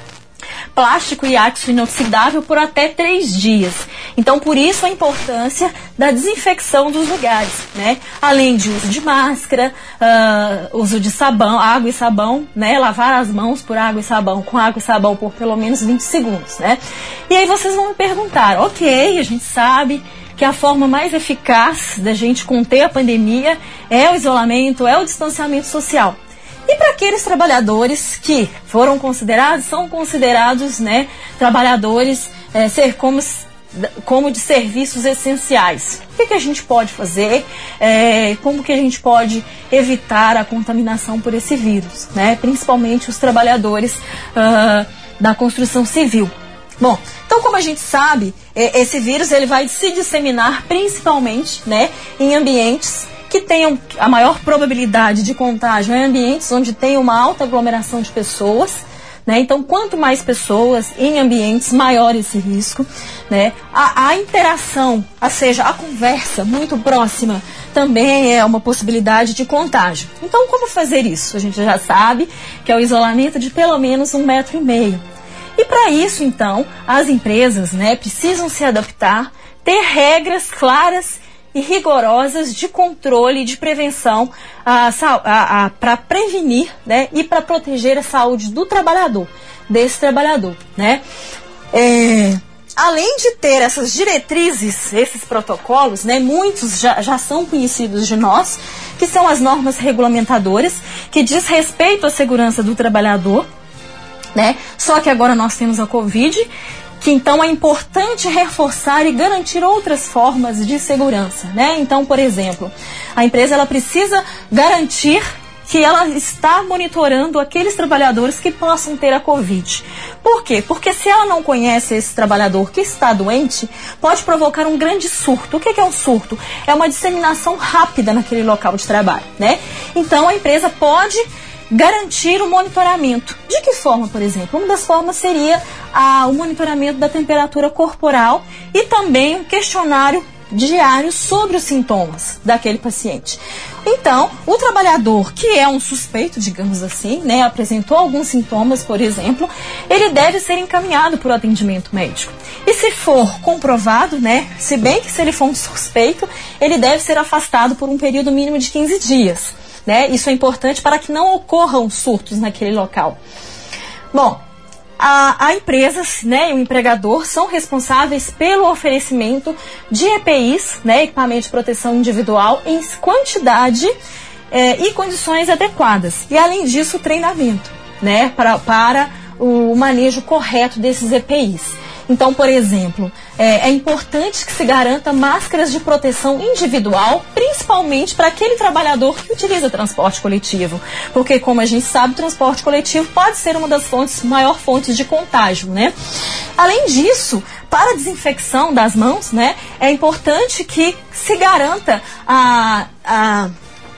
plástico e aço inoxidável por até três dias. Então, por isso a importância da desinfecção dos lugares, né? Além de uso de máscara, uh, uso de sabão, água e sabão, né? Lavar as mãos por água e sabão, com água e sabão por pelo menos vinte segundos, né? E aí vocês vão me perguntar, ok, a gente sabe que a forma mais eficaz da gente conter a pandemia é o isolamento, é o distanciamento social. E para aqueles trabalhadores que foram considerados, são considerados, né, trabalhadores é, ser como, como de serviços essenciais. O que, que a gente pode fazer? É, como que a gente pode evitar a contaminação por esse vírus, né? Principalmente os trabalhadores uh, da construção civil. Bom, então como a gente sabe, esse vírus ele vai se disseminar principalmente, né, em ambientes que tenham a maior probabilidade de contágio, em ambientes onde tem uma alta aglomeração de pessoas, né? Então, quanto mais pessoas em ambientes, maior esse risco, né? A, a interação, ou seja, a conversa muito próxima, também é uma possibilidade de contágio. Então, como fazer isso? A gente já sabe que é o isolamento de pelo menos um metro e meio. E para isso, então, as empresas, né, precisam se adaptar, ter regras claras e rigorosas de controle e de prevenção para prevenir, né, e para proteger a saúde do trabalhador, desse trabalhador, né? É, além de ter essas diretrizes, esses protocolos, né, muitos já, já são conhecidos de nós, que são as normas regulamentadoras, que diz respeito à segurança do trabalhador, né? Só que agora nós temos a Covid, que então é importante reforçar e garantir outras formas de segurança, né? Então, por exemplo, a empresa ela precisa garantir que ela está monitorando aqueles trabalhadores que possam ter a Covid. Por quê? Porque se ela não conhece esse trabalhador que está doente, pode provocar um grande surto. O que é um surto? É uma disseminação rápida naquele local de trabalho, né? Então, a empresa pode garantir o monitoramento. De que forma, por exemplo? Uma das formas seria ah, o monitoramento da temperatura corporal e também um questionário diário sobre os sintomas daquele paciente. Então, o trabalhador que é um suspeito, digamos assim, né, apresentou alguns sintomas, por exemplo, ele deve ser encaminhado para o atendimento médico. E se for comprovado, né, se bem que se ele for um suspeito, ele deve ser afastado por um período mínimo de quinze dias. Né? Isso é importante para que não ocorram surtos naquele local. Bom, a, a empresa, né, e o empregador são responsáveis pelo oferecimento de E P Is, né, equipamento de proteção individual, em quantidade é, e condições adequadas. E, além disso, o treinamento, né, para, para o manejo correto desses E P Is. Então, por exemplo, é, é importante que se garanta máscaras de proteção individual, principalmente para aquele trabalhador que utiliza transporte coletivo. Porque, como a gente sabe, o transporte coletivo pode ser uma das fontes, maior fontes de contágio, né? Além disso, para a desinfecção das mãos, né, é importante que se garanta a... a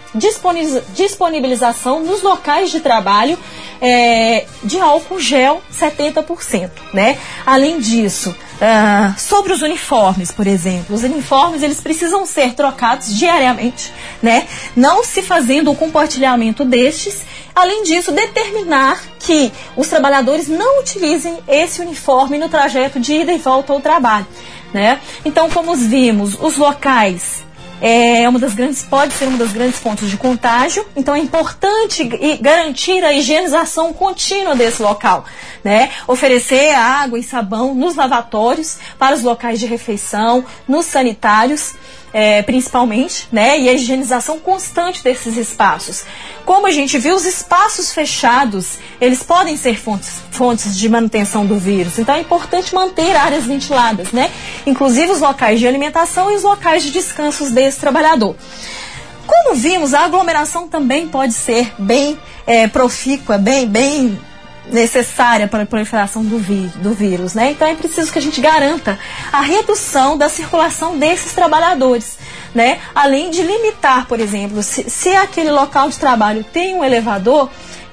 disponibilização nos locais de trabalho é, de álcool gel setenta por cento, né? Além disso, uh, sobre os uniformes, por exemplo, os uniformes eles precisam ser trocados diariamente, né? Não se fazendo o compartilhamento destes. Além disso, determinar que os trabalhadores não utilizem esse uniforme no trajeto de ida e volta ao trabalho, né? Então, como vimos, os locais é uma das grandes, pode ser uma das grandes fontes de contágio, então é importante garantir a higienização contínua desse local, né? Oferecer água e sabão nos lavatórios, para os locais de refeição, nos sanitários, é, principalmente, né? E a higienização constante desses espaços. Como a gente viu, os espaços fechados, eles podem ser fontes, fontes de manutenção do vírus. Então é importante manter áreas ventiladas, né? Inclusive os locais de alimentação e os locais de descansos desse trabalhador. Como vimos, a aglomeração também pode ser bem é, profícua, bem, bem necessária para a proliferação do, vi- do vírus, né? Então é preciso que a gente garanta a redução da circulação desses trabalhadores, né? Além de limitar, por exemplo, se, se aquele local de trabalho tem um elevador,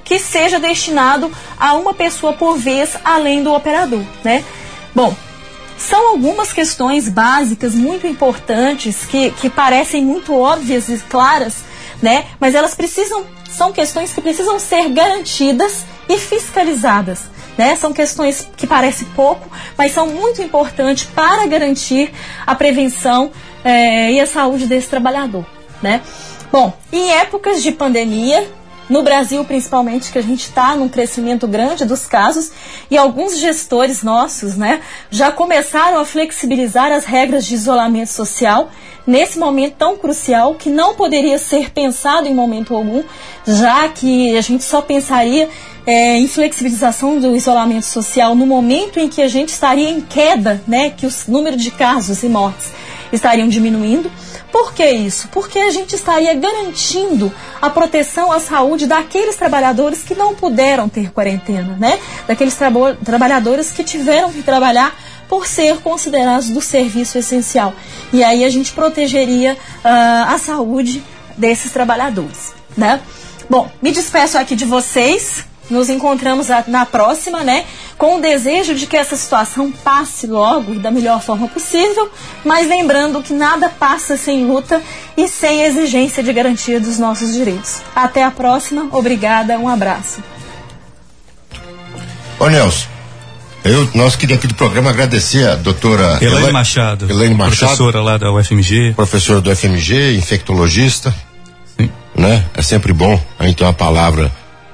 que seja destinado a uma pessoa por vez, além do operador, né? Bom, são algumas questões básicas muito importantes que, que parecem muito óbvias e claras, né? Mas elas precisam, são questões que precisam ser garantidas e fiscalizadas, né? São questões que parecem pouco, mas são muito importantes para garantir a prevenção é, e a saúde desse trabalhador, né? Bom, em épocas de pandemia, no Brasil principalmente, que a gente está num crescimento grande dos casos, e alguns gestores nossos, né, já começaram a flexibilizar as regras de isolamento social nesse momento tão crucial, que não poderia ser pensado em momento algum, já que a gente só pensaria é, em flexibilização do isolamento social no momento em que a gente estaria em queda, né, que o número de casos e mortes estariam diminuindo. Por que isso? Porque a gente estaria garantindo a proteção à saúde daqueles trabalhadores que não puderam ter quarentena, né? Daqueles tra trabalhadores que tiveram que trabalhar por ser considerados do serviço essencial. E aí a gente protegeria uh, a saúde desses trabalhadores, né? Bom, me despeço aqui de vocês. Nos encontramos na próxima, né? Com o desejo de que essa situação passe logo e da melhor forma possível, mas lembrando que nada passa sem luta e sem exigência de garantia dos nossos direitos. Até a próxima, obrigada, um abraço. Ô Nelson, eu, nós queríamos aqui do programa agradecer a doutora Elaine Ela... Machado, Elaine Machado, professora lá da U F M G. Professora do U F M G, infectologista. Sim. Né? É sempre bom a gente ter uma palavra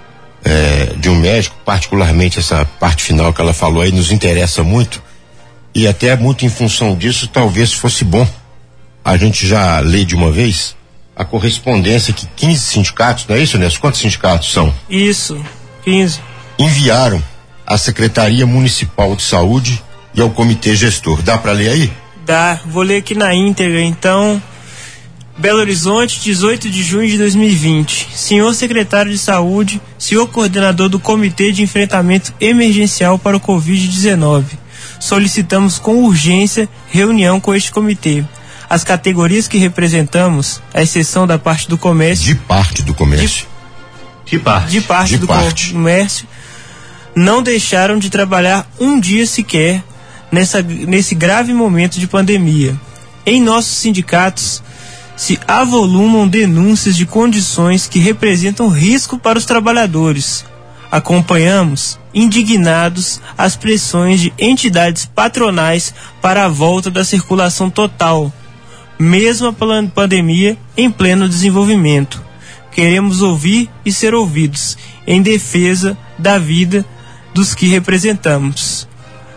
É, de um médico, particularmente essa parte final que ela falou aí nos interessa muito, e até muito em função disso talvez fosse bom a gente já ler de uma vez a correspondência que quinze sindicatos, não é isso, Nelson? Quantos sindicatos são? Isso, quinze. Enviaram à Secretaria Municipal de Saúde e ao Comitê Gestor. Dá para ler aí? Dá, vou ler aqui na íntegra então. Belo Horizonte, dezoito de junho de dois mil e vinte. Senhor Secretário de Saúde, senhor Coordenador do Comitê de Enfrentamento Emergencial para o covid dezenove. Solicitamos com urgência reunião com este comitê. As categorias que representamos, à exceção da parte do comércio... De parte do comércio. De, de parte. De parte de do parte. comércio, não deixaram de trabalhar um dia sequer nessa, nesse grave momento de pandemia. Em nossos sindicatos se avolumam denúncias de condições que representam risco para os trabalhadores. Acompanhamos, indignados, as pressões de entidades patronais para a volta da circulação total, mesmo a pandemia em pleno desenvolvimento. Queremos ouvir e ser ouvidos em defesa da vida dos que representamos.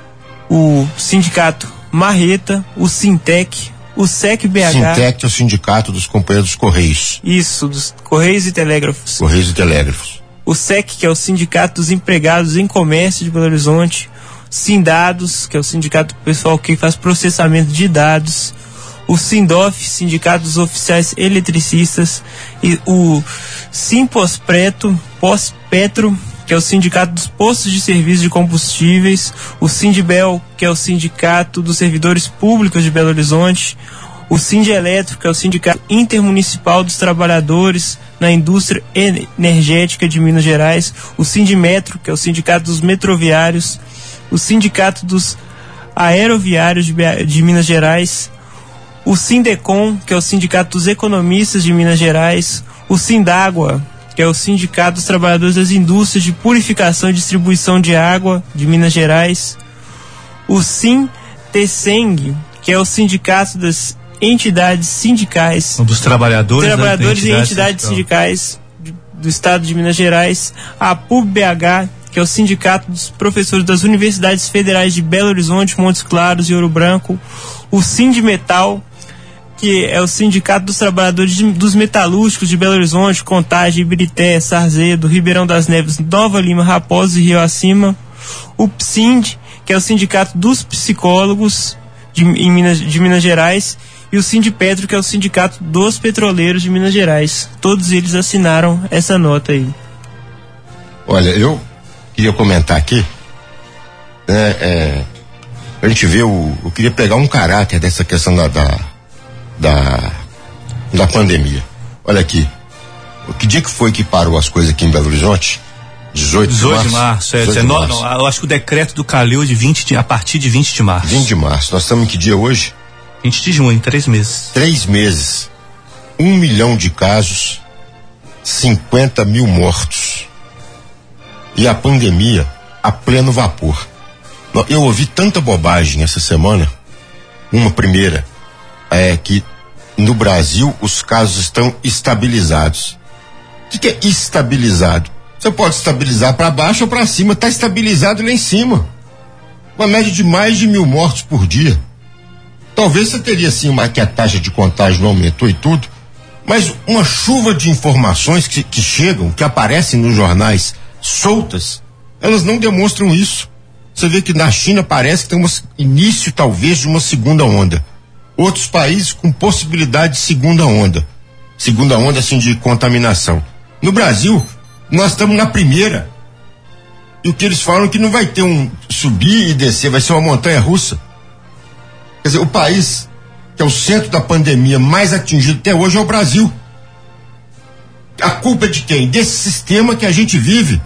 O Sindicato Marreta, o Sintec, o S E C B H... Sintec é o Sindicato dos Companheiros dos Correios. Isso, dos Correios e Telégrafos. Correios e Telégrafos. O S E C, que é o Sindicato dos Empregados em Comércio de Belo Horizonte. Sindados, que é o sindicato pessoal que faz processamento de dados. O Sindof, Sindicato dos Oficiais Eletricistas. E o Simpospreto, Pós-Petro, que é o Sindicato dos Postos de Serviço de Combustíveis, o Sindibel, que é o Sindicato dos Servidores Públicos de Belo Horizonte, o Sindelétrico, que é o Sindicato Intermunicipal dos Trabalhadores na Indústria Energética de Minas Gerais, o Sindimetro, que é o Sindicato dos Metroviários, o Sindicato dos Aeroviários de, de Minas Gerais, o Sindecom, que é o Sindicato dos Economistas de Minas Gerais, o Sindágua, que é o Sindicato dos Trabalhadores das Indústrias de Purificação e Distribuição de Água de Minas Gerais, o Sinteceng, que é o Sindicato das Entidades Sindicais, dos Trabalhadores, trabalhadores né, e Entidades Sindicais de, do Estado de Minas Gerais, a P U B B H, que é o Sindicato dos Professores das Universidades Federais de Belo Horizonte, Montes Claros e Ouro Branco, o Sindimetal, que é o Sindicato dos Trabalhadores de, dos Metalúrgicos de Belo Horizonte, Contagem, Ibirité, Sarzedo, Ribeirão das Neves, Nova Lima, Raposo e Rio Acima. O P S I N D, que é o Sindicato dos Psicólogos de, em Minas, de Minas Gerais. E o Sindipetro, que é o Sindicato dos Petroleiros de Minas Gerais. Todos eles assinaram essa nota aí. Olha, eu queria comentar aqui, né, é, a gente vê o, eu queria pegar um caráter dessa questão da, da Da, da pandemia. Olha aqui, que dia que foi que parou as coisas aqui em Belo Horizonte? dezoito de março. dezoito de março, é. dezoito de não, março. não, eu acho que o decreto do Calil é de vinte de, a partir de vinte de março. vinte de março. Nós estamos em que dia hoje? vinte de junho, três meses. Três meses. Um milhão de casos, cinquenta mil mortos. E a pandemia a pleno vapor. Eu ouvi tanta bobagem essa semana. Uma primeira é que no Brasil os casos estão estabilizados. O que, que é estabilizado? Você pode estabilizar para baixo ou para cima, está estabilizado lá em cima. Uma média de mais de mil mortos por dia. Talvez você teria sim uma que a taxa de contágio não aumentou e tudo, mas uma chuva de informações que, que chegam, que aparecem nos jornais soltas, elas não demonstram isso. Você vê que na China parece que tem um início talvez de uma segunda onda. Outros países com possibilidade de segunda onda. Segunda onda assim de contaminação. No Brasil, nós estamos na primeira. E o que eles falam é que não vai ter um subir e descer, vai ser uma montanha russa. Quer dizer, o país que é o centro da pandemia mais atingido até hoje é o Brasil. A culpa é de quem? Desse sistema que a gente vive.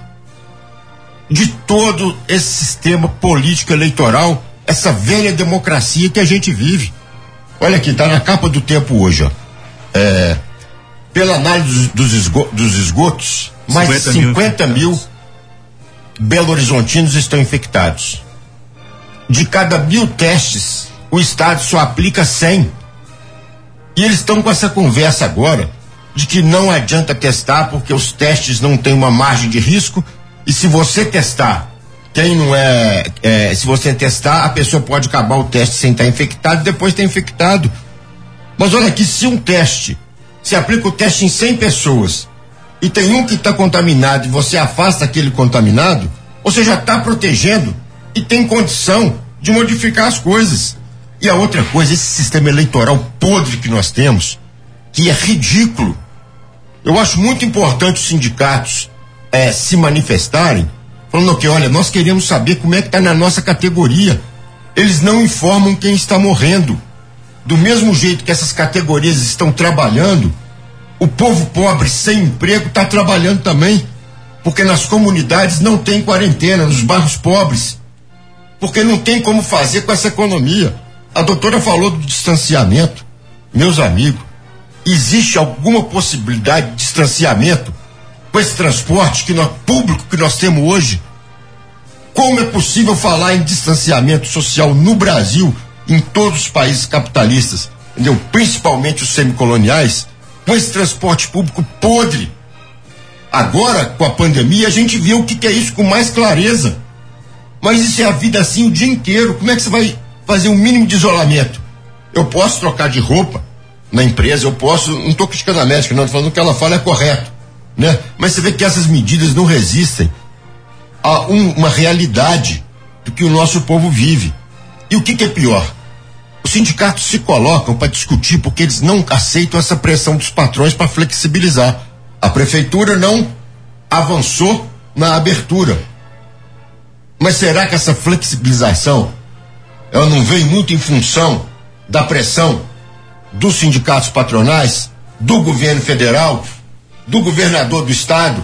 De todo esse sistema político eleitoral, essa velha democracia que a gente vive. Olha aqui, tá na capa do Tempo hoje, ó. É, pela análise dos, esgo, dos esgotos, mais de cinquenta mil belo-horizontinos estão infectados. De cada mil testes, o Estado só aplica cem. E eles estão com essa conversa agora de que não adianta testar porque os testes não têm uma margem de risco. E se você testar, quem não é, é, se você testar, a pessoa pode acabar o teste sem estar infectado e depois estar infectado. Mas olha aqui, se um teste, se aplica o teste em cem pessoas e tem um que está contaminado e você afasta aquele contaminado, você já está protegendo e tem condição de modificar as coisas. E a outra coisa, esse sistema eleitoral podre que nós temos, que é ridículo. Eu acho muito importante os sindicatos É, se manifestarem, falando que, olha, nós queremos saber como é que está na nossa categoria. Eles não informam quem está morrendo. Do mesmo jeito que essas categorias estão trabalhando, o povo pobre sem emprego está trabalhando também, porque nas comunidades não tem quarentena, nos bairros pobres, porque não tem como fazer com essa economia. A doutora falou do distanciamento. Meus amigos, existe alguma possibilidade de distanciamento com esse transporte que nós, público que nós temos hoje? Como é possível falar em distanciamento social no Brasil, em todos os países capitalistas, entendeu? Principalmente os semicoloniais, com esse transporte público podre? Agora, com a pandemia, a gente vê o que, que é isso com mais clareza. Mas isso é a vida assim o dia inteiro. Como é que você vai fazer um mínimo de isolamento? Eu posso trocar de roupa na empresa, eu posso, não estou criticando a médica, não, estou falando que ela fala é correto. Né? Mas você vê que essas medidas não resistem a um, uma realidade do que o nosso povo vive. E o que, que é pior? Os sindicatos se colocam para discutir porque eles não aceitam essa pressão dos patrões para flexibilizar. A prefeitura não avançou na abertura. Mas será que essa flexibilização ela não vem muito em função da pressão dos sindicatos patronais, do governo federal, do governador do estado?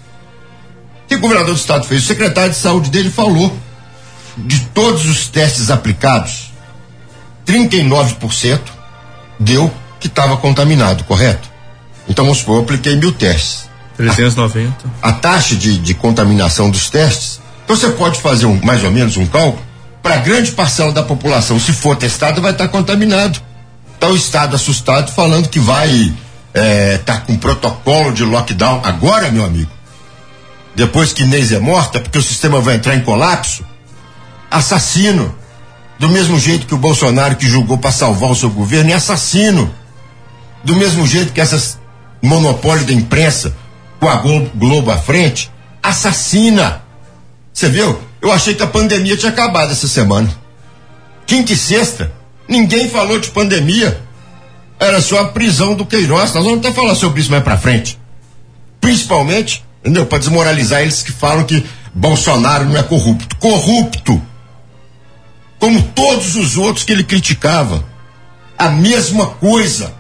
O que o governador do estado fez? O secretário de saúde dele falou de todos os testes aplicados, trinta e nove por cento deu que estava contaminado, correto? Então, vamos supor, eu apliquei mil testes. trezentos e noventa. A, a taxa de, de contaminação dos testes, então você pode fazer um, mais ou menos um cálculo, para grande parcela da população, se for testado, vai estar contaminado. Está o estado assustado falando que vai É, tá com protocolo de lockdown agora, meu amigo, depois que Inês é morta, porque o sistema vai entrar em colapso. Assassino. Do mesmo jeito que o Bolsonaro, que julgou para salvar o seu governo, é assassino. Do mesmo jeito que essas monopólio da imprensa com a Globo, Globo à frente, assassina. Você viu? Eu achei que a pandemia tinha acabado essa semana. Quinta e sexta, ninguém falou de pandemia. Era só a prisão do Queiroz. Nós vamos até falar sobre isso mais pra frente. Principalmente, entendeu? Para desmoralizar eles que falam que Bolsonaro não é corrupto. Corrupto! Como todos os outros que ele criticava. A mesma coisa.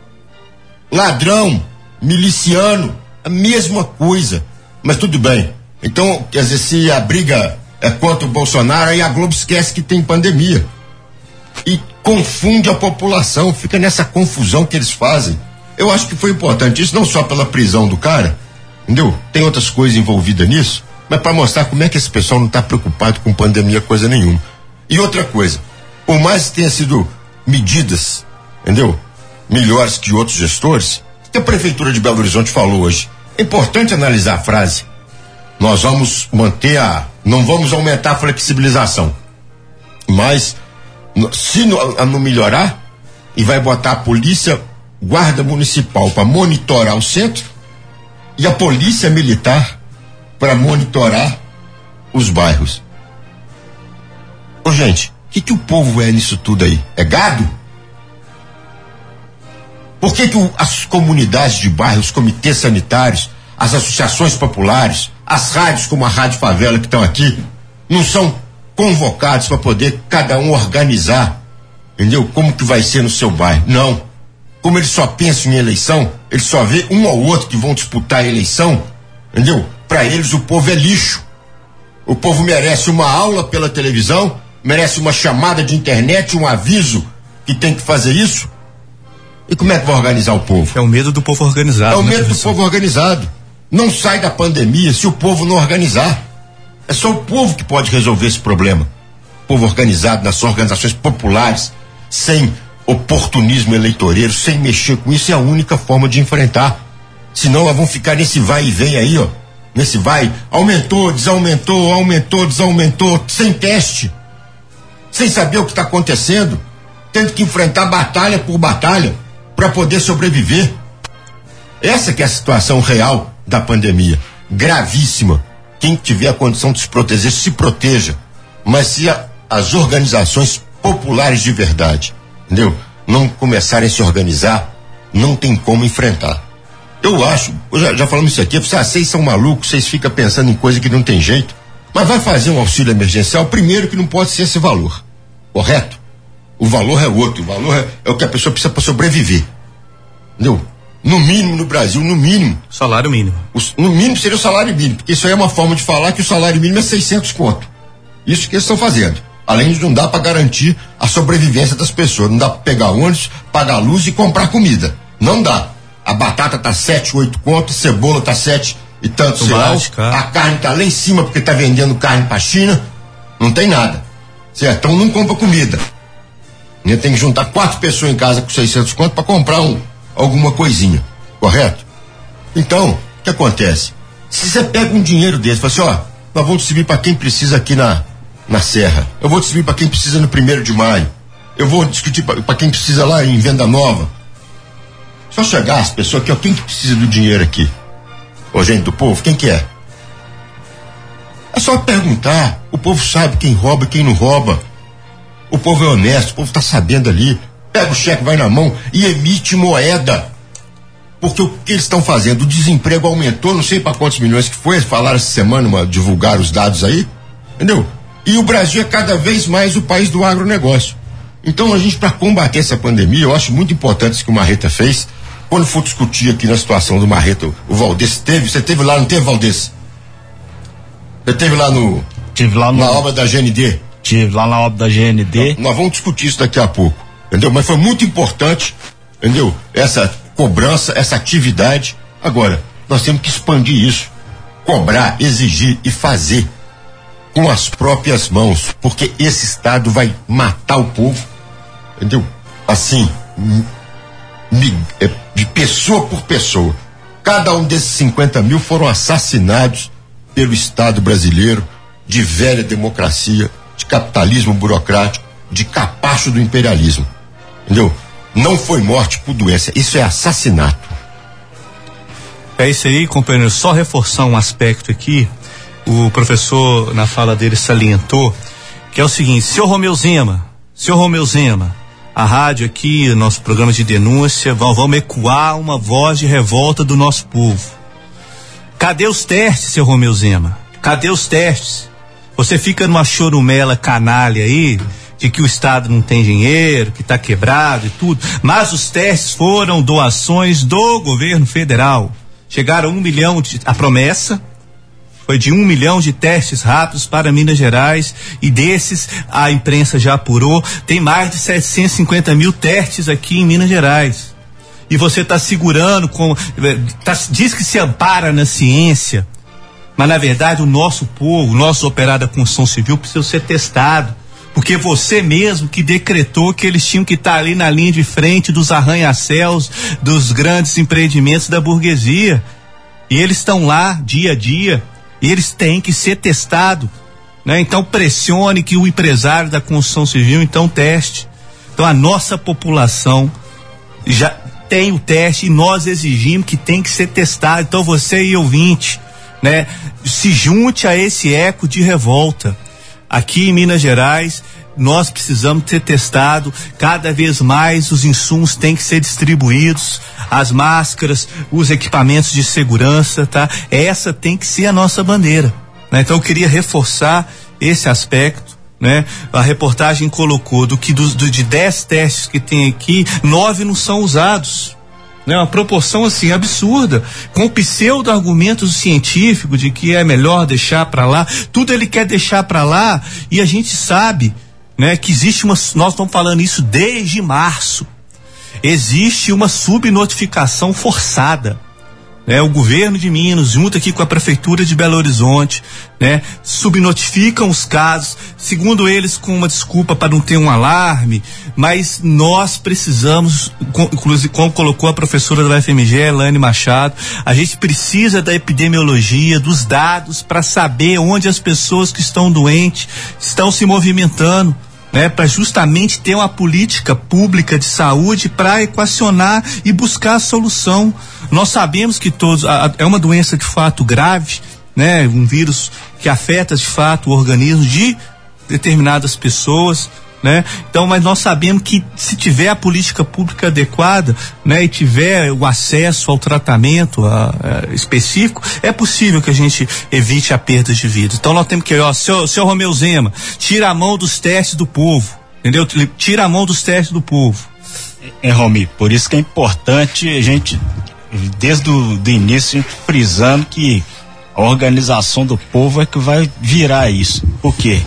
Ladrão, miliciano, a mesma coisa. Mas tudo bem. Então, quer dizer, se a briga é contra o Bolsonaro, aí a Globo esquece que tem pandemia. E confunde a população, fica nessa confusão que eles fazem. Eu acho que foi importante isso, não só pela prisão do cara, entendeu? Tem outras coisas envolvidas nisso, mas para mostrar como é que esse pessoal não está preocupado com pandemia, coisa nenhuma. E outra coisa, por mais que tenha sido medidas, entendeu? Melhores que outros gestores, que a Prefeitura de Belo Horizonte falou hoje. É importante analisar a frase. Nós vamos manter a... não vamos aumentar a flexibilização. Mas, se não, não melhorar, e vai botar a polícia, guarda municipal para monitorar o centro, e a polícia militar para monitorar os bairros. Ô, gente, o que, que o povo é nisso tudo aí? É gado? Por que, que o, as comunidades de bairro, os comitês sanitários, as associações populares, as rádios como a Rádio Favela que estão aqui, não são convocados para poder cada um organizar, entendeu? Como que vai ser no seu bairro? Não. Como eles só pensam em eleição, eles só vê um ou outro que vão disputar a eleição, entendeu? Para eles o povo é lixo. O povo merece uma aula pela televisão, merece uma chamada de internet, um aviso que tem que fazer isso. E como é que vai organizar o povo? É o medo do povo organizado. É o né, medo professor? do povo organizado. Não sai da pandemia se o povo não organizar. É só o povo que pode resolver esse problema. O povo organizado nas organizações populares, sem oportunismo eleitoreiro, sem mexer com isso, é a única forma de enfrentar. Senão nós vamos ficar nesse vai e vem aí, ó. Nesse vai, aumentou, desaumentou, aumentou, desaumentou, sem teste. Sem saber o que está acontecendo. Tendo que enfrentar batalha por batalha para poder sobreviver. Essa que é a situação real da pandemia, gravíssima. Quem tiver a condição de se proteger, se proteja, mas se a, as organizações populares de verdade, entendeu? Não começarem a se organizar, não tem como enfrentar. Eu acho, eu já, já falamos isso aqui, ah, vocês são malucos, vocês ficam pensando em coisa que não tem jeito, mas vai fazer um auxílio emergencial, primeiro que não pode ser esse valor, correto? O valor é outro, o valor é, é o que a pessoa precisa para sobreviver. Entendeu? No mínimo no Brasil, no mínimo. Salário mínimo. O, no mínimo seria o salário mínimo, porque isso aí é uma forma de falar que o salário mínimo é seiscentos conto. Isso que eles estão fazendo. Além de não dar para garantir a sobrevivência das pessoas. Não dá para pegar ônibus, pagar luz e comprar comida. Não dá. A batata tá sete, oito conto, a cebola tá sete e tantos reais. A carne tá lá em cima porque tá vendendo carne pra China. Não tem nada. Certo? Então não compra comida. Tem que juntar quatro pessoas em casa com seiscentos conto para comprar um, alguma coisinha, correto? Então, o que acontece? Se você pega um dinheiro desse, fala assim, ó, nós vamos distribuir para quem precisa aqui na, na Serra, eu vou distribuir para quem precisa no primeiro de maio, eu vou discutir para quem precisa lá em Venda Nova. Só chegar as pessoas aqui, ó, quem que precisa do dinheiro aqui? Ô, gente do povo, quem que é? É só perguntar, o povo sabe quem rouba e quem não rouba. O povo é honesto, o povo está sabendo ali. Pega o cheque, vai na mão e emite moeda. Porque o que eles estão fazendo? O desemprego aumentou, não sei para quantos milhões que foi, falaram essa semana, uma, divulgaram os dados aí, entendeu? E o Brasil é cada vez mais o país do agronegócio. Então a gente, para combater essa pandemia, eu acho muito importante isso que o Marreta fez. Quando for discutir aqui na situação do Marreta, o Valdez teve, você teve lá, não teve, Valdez? Você teve lá no... Tive lá no... na obra da G N D? Tive lá na obra da G N D. Nós, nós vamos discutir isso daqui a pouco, entendeu? Mas foi muito importante, entendeu? Essa cobrança, essa atividade. Agora, nós temos que expandir isso, cobrar, exigir e fazer com as próprias mãos, porque esse Estado vai matar o povo, entendeu? Assim, de pessoa por pessoa. Cada um desses cinquenta mil foram assassinados pelo Estado brasileiro, de velha democracia, de capitalismo burocrático, de capacho do imperialismo, entendeu? Não foi morte por doença, isso é assassinato. É isso aí, companheiro, só reforçar um aspecto aqui, o professor na fala dele salientou, que é o seguinte, senhor Romeu Zema, senhor Romeu Zema, a rádio aqui, nosso programa de denúncia, vamos ecoar uma voz de revolta do nosso povo. Cadê os testes, senhor Romeu Zema? Cadê os testes? Você fica numa chorumela canalha aí, de que o Estado não tem dinheiro, que está quebrado e tudo, mas os testes foram doações do governo federal. Chegaram um milhão de, a promessa, foi de um milhão de testes rápidos para Minas Gerais, e desses a imprensa já apurou, tem mais de setecentos e cinquenta mil testes aqui em Minas Gerais. E você está segurando, com, tá, diz que se ampara na ciência, mas na verdade o nosso povo, o nosso operário da construção civil precisa ser testado, porque você mesmo que decretou que eles tinham que estar tá ali na linha de frente dos arranha-céus, dos grandes empreendimentos da burguesia, e eles estão lá dia a dia, e eles têm que ser testados, né? Então pressione que o empresário da construção civil então teste. Então a nossa população já tem o teste e nós exigimos que tem que ser testado. Então você e ouvinte, né, se junte a esse eco de revolta. Aqui em Minas Gerais nós precisamos ser testado, cada vez mais os insumos têm que ser distribuídos, as máscaras, os equipamentos de segurança, tá? Essa tem que ser a nossa bandeira, né? Então eu queria reforçar esse aspecto, né? A reportagem colocou do que dos, do, de dez testes que tem aqui, nove não são usados, né? Uma proporção assim absurda, com pseudo argumentos científicos de que é melhor deixar para lá, tudo ele quer deixar para lá, e a gente sabe, né, que existe uma, nós estamos falando isso desde março, existe uma subnotificação forçada, né? O governo de Minas, junto aqui com a prefeitura de Belo Horizonte, né, subnotificam os casos, segundo eles com uma desculpa para não ter um alarme, mas nós precisamos, inclusive como colocou a professora da U F M G, Elaine Machado, a gente precisa da epidemiologia, dos dados, para saber onde as pessoas que estão doentes estão se movimentando, né, para justamente ter uma política pública de saúde para equacionar e buscar a solução. Nós sabemos que todos, a, é uma doença de fato grave, né, um vírus que afeta de fato o organismo de determinadas pessoas, né? Então, mas nós sabemos que se tiver a política pública adequada, né, e tiver o acesso ao tratamento a, a, específico, é possível que a gente evite a perda de vidas. Então nós temos que, ó, seu, seu Romeu Zema, tira a mão dos testes do povo, entendeu? Tira a mão dos testes do povo. É, Romi, por isso que é importante a gente, desde o do início, a gente frisando que a organização do povo é que vai virar isso. Por quê?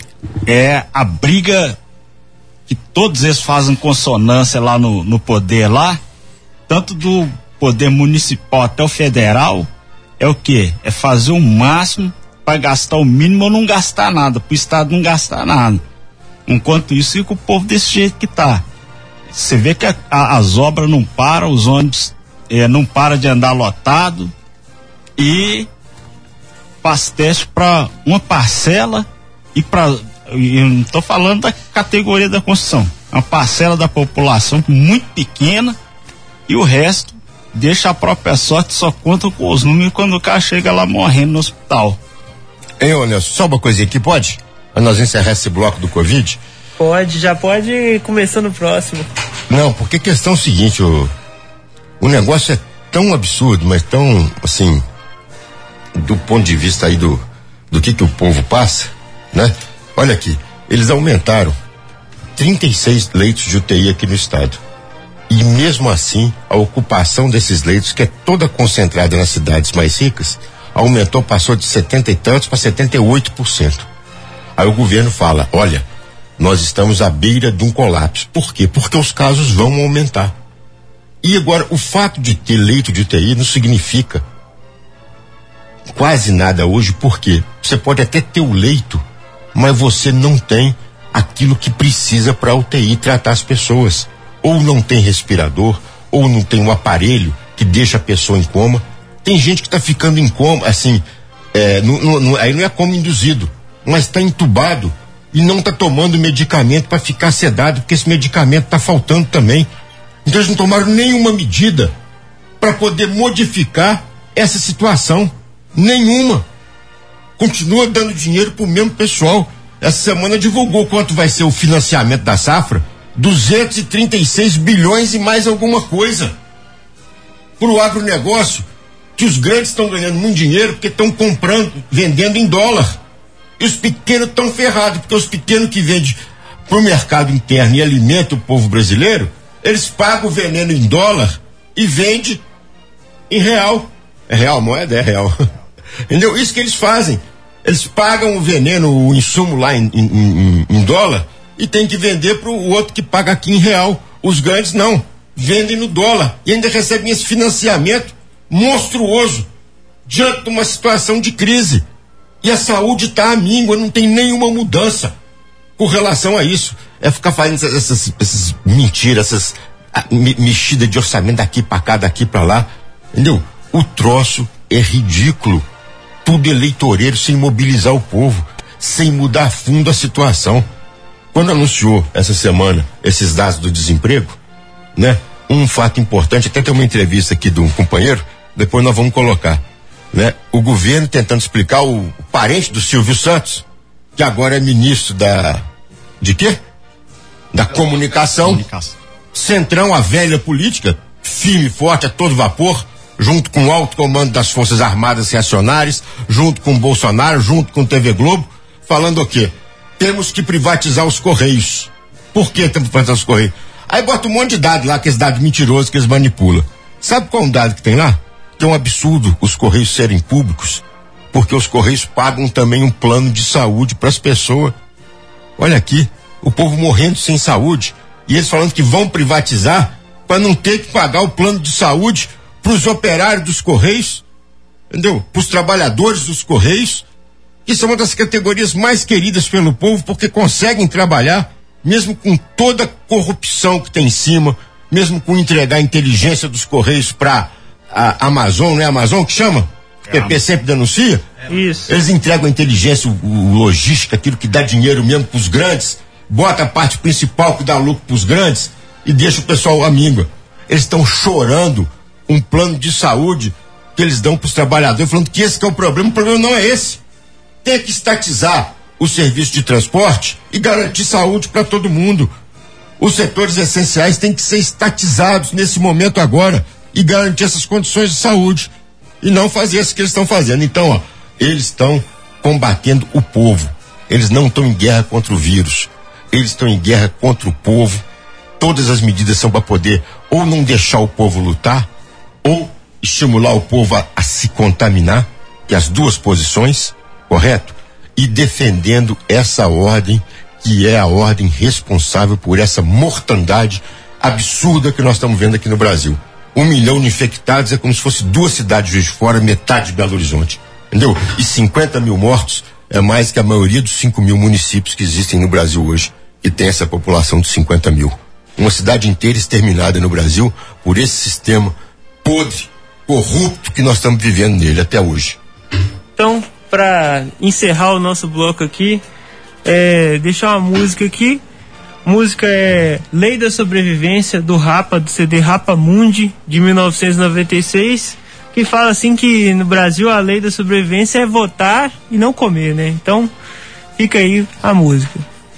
É a briga que todos eles fazem consonância lá no, no poder lá, tanto do poder municipal até o federal, é o quê? É fazer o máximo para gastar o mínimo ou não gastar nada, para o Estado não gastar nada. Enquanto isso, fica o povo desse jeito que tá. Você vê que a, a, as obras não param, os ônibus é, não param de andar lotado, e faz teste para uma parcela e para, eu não estou falando da categoria da construção, uma parcela da população muito pequena, e o resto deixa a própria sorte, só conta com os números quando o cara chega lá morrendo no hospital. Ei, ô Nelson, só uma coisinha aqui, pode? Pra nós encerrar esse bloco do Covid? Pode, já pode ir começando o próximo. Não, porque a questão é o seguinte, o, o negócio é tão absurdo, mas tão, assim, do ponto de vista aí do, do que que o povo passa, né? Olha aqui, eles aumentaram trinta e seis leitos de U T I aqui no estado. E mesmo assim, a ocupação desses leitos, que é toda concentrada nas cidades mais ricas, aumentou, passou de setenta e tantos para setenta e oito por cento. Aí o governo fala, olha, nós estamos à beira de um colapso. Por quê? Porque os casos vão aumentar. E agora, o fato de ter leito de U T I não significa quase nada hoje, porque você pode até ter o leito, mas você não tem aquilo que precisa para a U T I tratar as pessoas. Ou não tem respirador, ou não tem um aparelho que deixa a pessoa em coma. Tem gente que está ficando em coma, assim, é, no, no, no, aí não é coma induzido, mas está entubado e não está tomando medicamento para ficar sedado, porque esse medicamento está faltando também. Então eles não tomaram nenhuma medida para poder modificar essa situação. Nenhuma. Continua dando dinheiro pro mesmo pessoal. Essa semana divulgou quanto vai ser o financiamento da safra, duzentos e trinta e seis bilhões e mais alguma coisa pro agronegócio, que os grandes estão ganhando muito dinheiro porque estão comprando, vendendo em dólar, e os pequenos estão ferrados, porque os pequenos que vendem pro mercado interno e alimentam o povo brasileiro, eles pagam o veneno em dólar e vendem em real. É real, moeda? É real. Entendeu? Isso que eles fazem. Eles pagam o veneno, o insumo lá em, em, em, em dólar e tem que vender para o outro que paga aqui em real. Os grandes não. Vendem no dólar e ainda recebem esse financiamento monstruoso diante de uma situação de crise. E a saúde está à míngua, não tem nenhuma mudança com relação a isso. É ficar fazendo essas, essas, essas mentiras, essas a, me, mexidas de orçamento daqui para cá, daqui para lá. Entendeu? O troço é ridículo. Tudo eleitoreiro, sem mobilizar o povo, sem mudar a fundo a situação. Quando anunciou essa semana esses dados do desemprego, né? Um fato importante, até tem uma entrevista aqui de um companheiro, depois nós vamos colocar, né? O governo tentando explicar o, o parente do Silvio Santos, que agora é ministro da, de quê? Da comunicação. comunicação. Centrão, a velha política, firme e forte a todo vapor, junto com o alto comando das Forças Armadas Reacionárias, junto com o Bolsonaro, junto com o T V Globo, falando o quê? Temos que privatizar os Correios. Por que temos que privatizar os Correios? Aí bota um monte de dados lá, aqueles dados mentirosos que eles manipulam. Sabe qual é um dado que tem lá? Que é um absurdo os Correios serem públicos, porque os Correios pagam também um plano de saúde para as pessoas. Olha aqui, o povo morrendo sem saúde, e eles falando que vão privatizar para não ter que pagar o plano de saúde para os operários dos Correios, entendeu? Para os trabalhadores dos Correios, que são uma das categorias mais queridas pelo povo, porque conseguem trabalhar, mesmo com toda a corrupção que tem em cima, mesmo com entregar a inteligência dos Correios para a Amazon, não é a Amazon que chama? O P P sempre denuncia? Isso. Eles entregam a inteligência, o, o logística, aquilo que dá dinheiro mesmo para os grandes, bota a parte principal que dá lucro para os grandes e deixa o pessoal à míngua. Eles estão chorando um plano de saúde que eles dão para os trabalhadores, falando que esse que é o problema. O problema não é esse. Tem que estatizar o serviço de transporte e garantir saúde para todo mundo. Os setores essenciais têm que ser estatizados nesse momento agora e garantir essas condições de saúde e não fazer isso que eles estão fazendo. Então, ó, eles estão combatendo o povo. Eles não estão em guerra contra o vírus. Eles estão em guerra contra o povo. Todas as medidas são para poder ou não deixar o povo lutar, ou estimular o povo a, a se contaminar, que é as duas posições, correto? E defendendo essa ordem, que é a ordem responsável por essa mortandade absurda que nós estamos vendo aqui no Brasil. Um milhão de infectados é como se fosse duas cidades de Juiz de Fora, metade de Belo Horizonte, entendeu? E cinquenta mil mortos é mais que a maioria dos cinco mil municípios que existem no Brasil hoje, que tem essa população de cinquenta mil. Uma cidade inteira exterminada no Brasil por esse sistema podre, corrupto que nós estamos vivendo nele até hoje. Então, para encerrar o nosso bloco aqui, é, deixar uma música aqui. Música é Lei da Sobrevivência, do Rapa, do C D Rapa Mundi, de mil novecentos e noventa e seis, que fala assim que no Brasil a lei da sobrevivência é votar e não comer, né? Então, fica aí a música.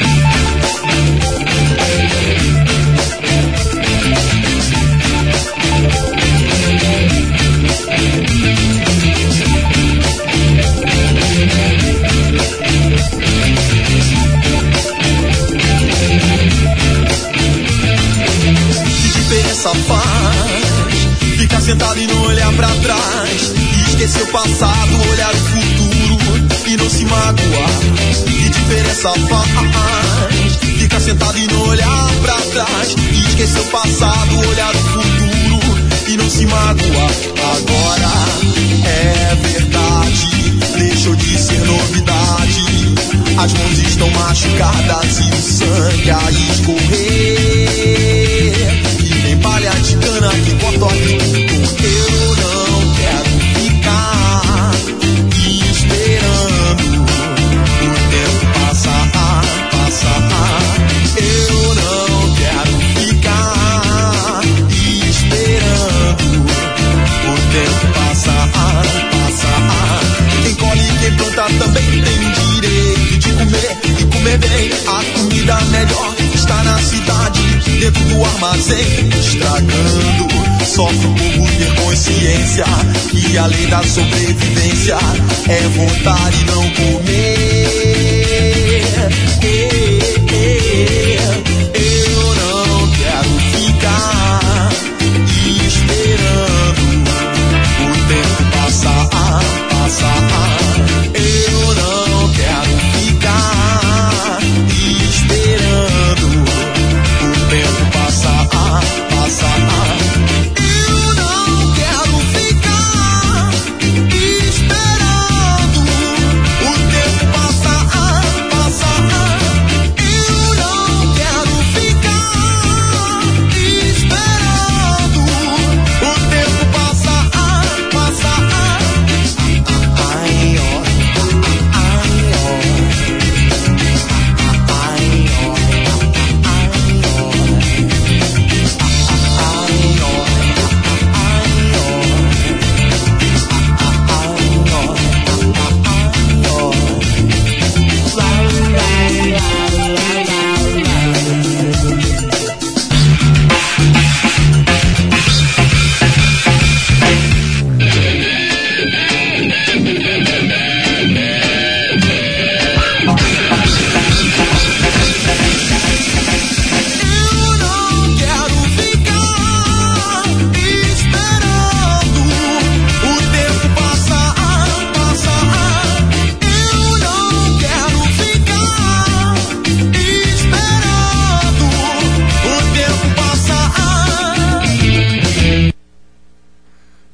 Faz ficar sentado e não olhar pra trás, e esquecer o passado, olhar o futuro e não se magoar. Que diferença faz ficar sentado e não olhar pra trás, e esquecer o passado, olhar o futuro e não se magoar. Agora é verdade, deixou de ser novidade. As mãos estão machucadas e o sangue a escorrer. Palha de cana que corta aqui. Eu não quero ficar esperando o tempo passar, passar. Eu não quero ficar esperando o tempo passar, passar. Quem colhe e quem planta também tem direito de comer e comer bem. A comida melhor está na cidade, dentro do armazém, estragando. Sofre o povo ter consciência que a lei da sobrevivência é votar e não comer. Eu não quero ficar esperando o tempo passar, passar.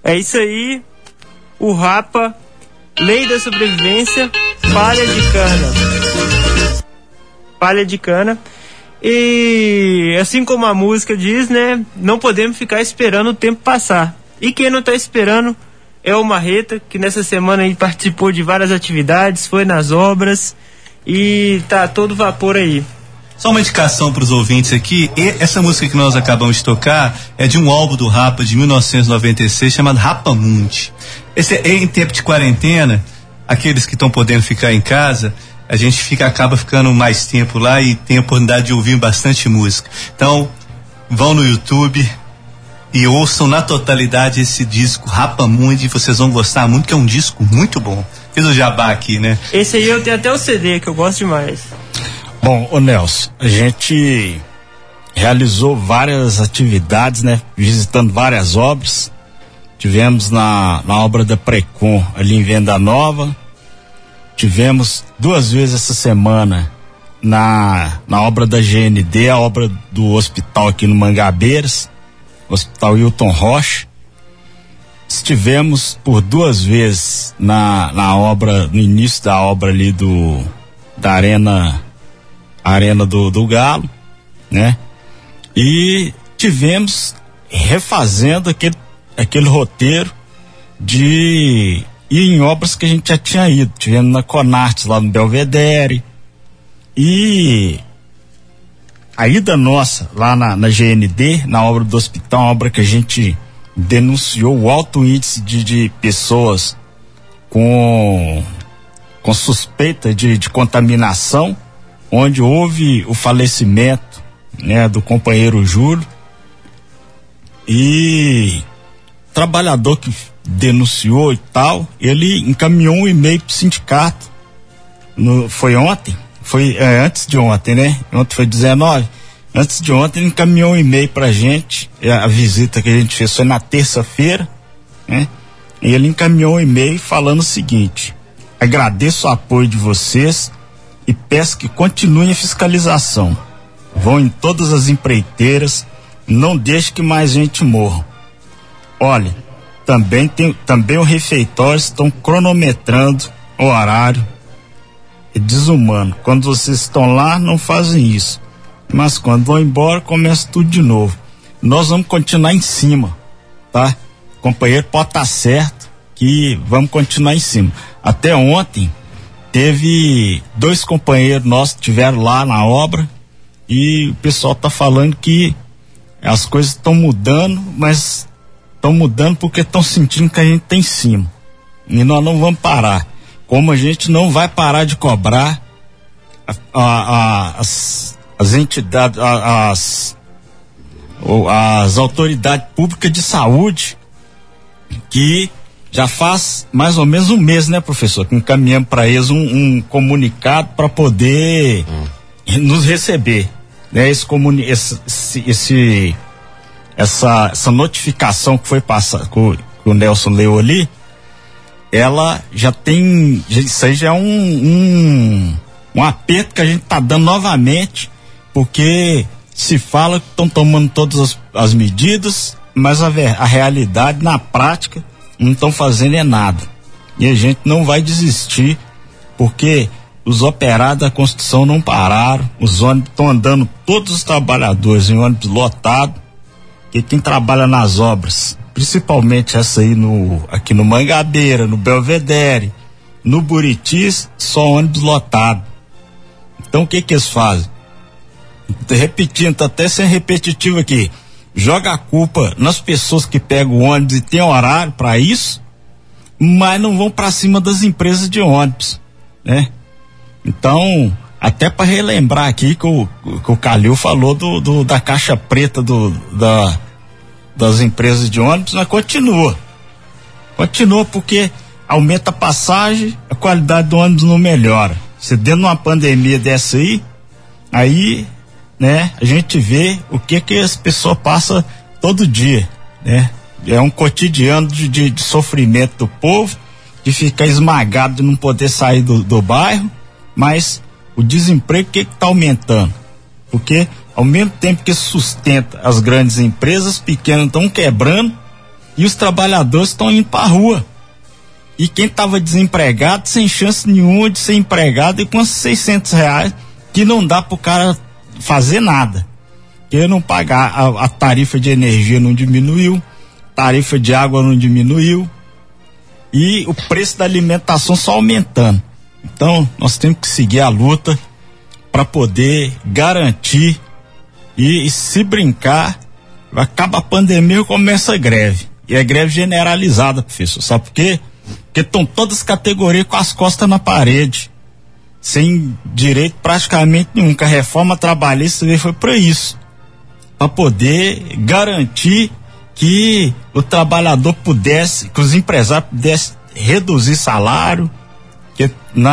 É isso aí. O Rapa, Lei da Sobrevivência, Palha de Cana. Palha de Cana. E assim como a música diz, né? Não podemos ficar esperando o tempo passar. E quem não tá esperando é o Marreta, que nessa semana aí participou de várias atividades, foi nas obras e tá a todo vapor aí. Só uma indicação para os ouvintes aqui, e essa música que nós acabamos de tocar é de um álbum do Rapa de mil novecentos e noventa e seis chamado Rapamundi. Esse é em tempo de quarentena, aqueles que estão podendo ficar em casa, a gente fica, acaba ficando mais tempo lá e tem a oportunidade de ouvir bastante música. Então, vão no YouTube e ouçam na totalidade esse disco Rapamundi, vocês vão gostar muito, que é um disco muito bom. Fiz o jabá aqui, né? Esse aí eu tenho até o C D, que eu gosto demais. Bom, ô Nelson, a gente realizou várias atividades, né? Visitando várias obras. Tivemos na, na obra da Precon, ali em Venda Nova. Tivemos duas vezes essa semana na, na obra da G N D, a obra do hospital aqui no Mangabeiras, Hospital Hilton Rocha. Estivemos por duas vezes na, na obra, no início da obra ali do, da Arena, Arena do, do Galo, né? E tivemos refazendo aquele, aquele roteiro de ir em obras que a gente já tinha ido. Tivemos na Conartes, lá no Belvedere. E a ida nossa lá na, na G N D, na obra do hospital, uma obra que a gente denunciou o alto índice de, de pessoas com, com suspeita de, de contaminação, onde houve o falecimento, né, do companheiro Júlio. E trabalhador que denunciou e tal, ele encaminhou um e-mail pro sindicato. No, foi ontem? Foi é, antes de ontem, né? Ontem foi dezenove. Antes de ontem ele encaminhou um e-mail pra gente. A, a visita que a gente fez foi na terça-feira, né? E ele encaminhou um e-mail falando o seguinte: agradeço o apoio de vocês e peço que continuem a fiscalização. Vão em todas as empreiteiras, não deixe que mais gente morra. Olha, também tem, também o refeitório estão cronometrando o horário. É desumano. Quando vocês estão lá, não fazem isso. Mas quando vão embora, começa tudo de novo. Nós vamos continuar em cima, tá? O companheiro pode estar certo que vamos continuar em cima. Até ontem, teve dois companheiros nossos que estiveram lá na obra e o pessoal tá falando que as coisas estão mudando, mas estão mudando porque estão sentindo que a gente tá em cima. E nós não vamos parar. Como a gente não vai parar de cobrar a, a, a, as, as entidades, a, as, as autoridades públicas de saúde, que já faz mais ou menos um mês, né, professor, que encaminhamos para eles um, um comunicado para poder hum. nos receber, né? Esse, comuni esse, esse, essa, essa notificação que foi passada, que o, que o Nelson leu ali, ela já tem, isso aí já é um, um, um aperto que a gente tá dando novamente, porque se fala que estão tomando todas as, as medidas, mas a, a realidade, na prática, não estão fazendo é nada. E a gente não vai desistir, porque os operários da construção não pararam, os ônibus estão andando, todos os trabalhadores em ônibus lotado, que quem trabalha nas obras, principalmente essa aí no, aqui no Mangabeira, no Belvedere, no Buritis, só ônibus lotado. Então o que que eles fazem? Tô repetindo, tá até sendo repetitivo aqui. Joga a culpa nas pessoas que pegam o ônibus e tem horário para isso, mas não vão para cima das empresas de ônibus, né? Então, até para relembrar aqui que o, que o Calil falou do, do, da caixa preta do, da, das empresas de ônibus, mas continua. Continua porque aumenta a passagem, a qualidade do ônibus não melhora. Se dentro de uma pandemia dessa aí, aí, né, a gente vê o que que as pessoas passam todo dia, né? É um cotidiano de, de, de sofrimento do povo, de ficar esmagado, de não poder sair do, do bairro, mas o desemprego que que tá aumentando? Porque ao mesmo tempo que sustenta as grandes empresas, pequenas estão quebrando e os trabalhadores estão indo para a rua. E quem estava desempregado, sem chance nenhuma de ser empregado, e com esses seiscentos reais, que não dá para o cara fazer nada. Porque não pagar, a, a tarifa de energia não diminuiu, tarifa de água não diminuiu, e o preço da alimentação só aumentando. Então, nós temos que seguir a luta para poder garantir, e, e se brincar, acaba a pandemia e começa a greve. E é greve generalizada, professor. Sabe por quê? Porque estão todas as categorias com as costas na parede, sem direito praticamente nenhum. Que a reforma trabalhista foi para isso, para poder garantir que o trabalhador pudesse, que os empresários pudessem reduzir salário, que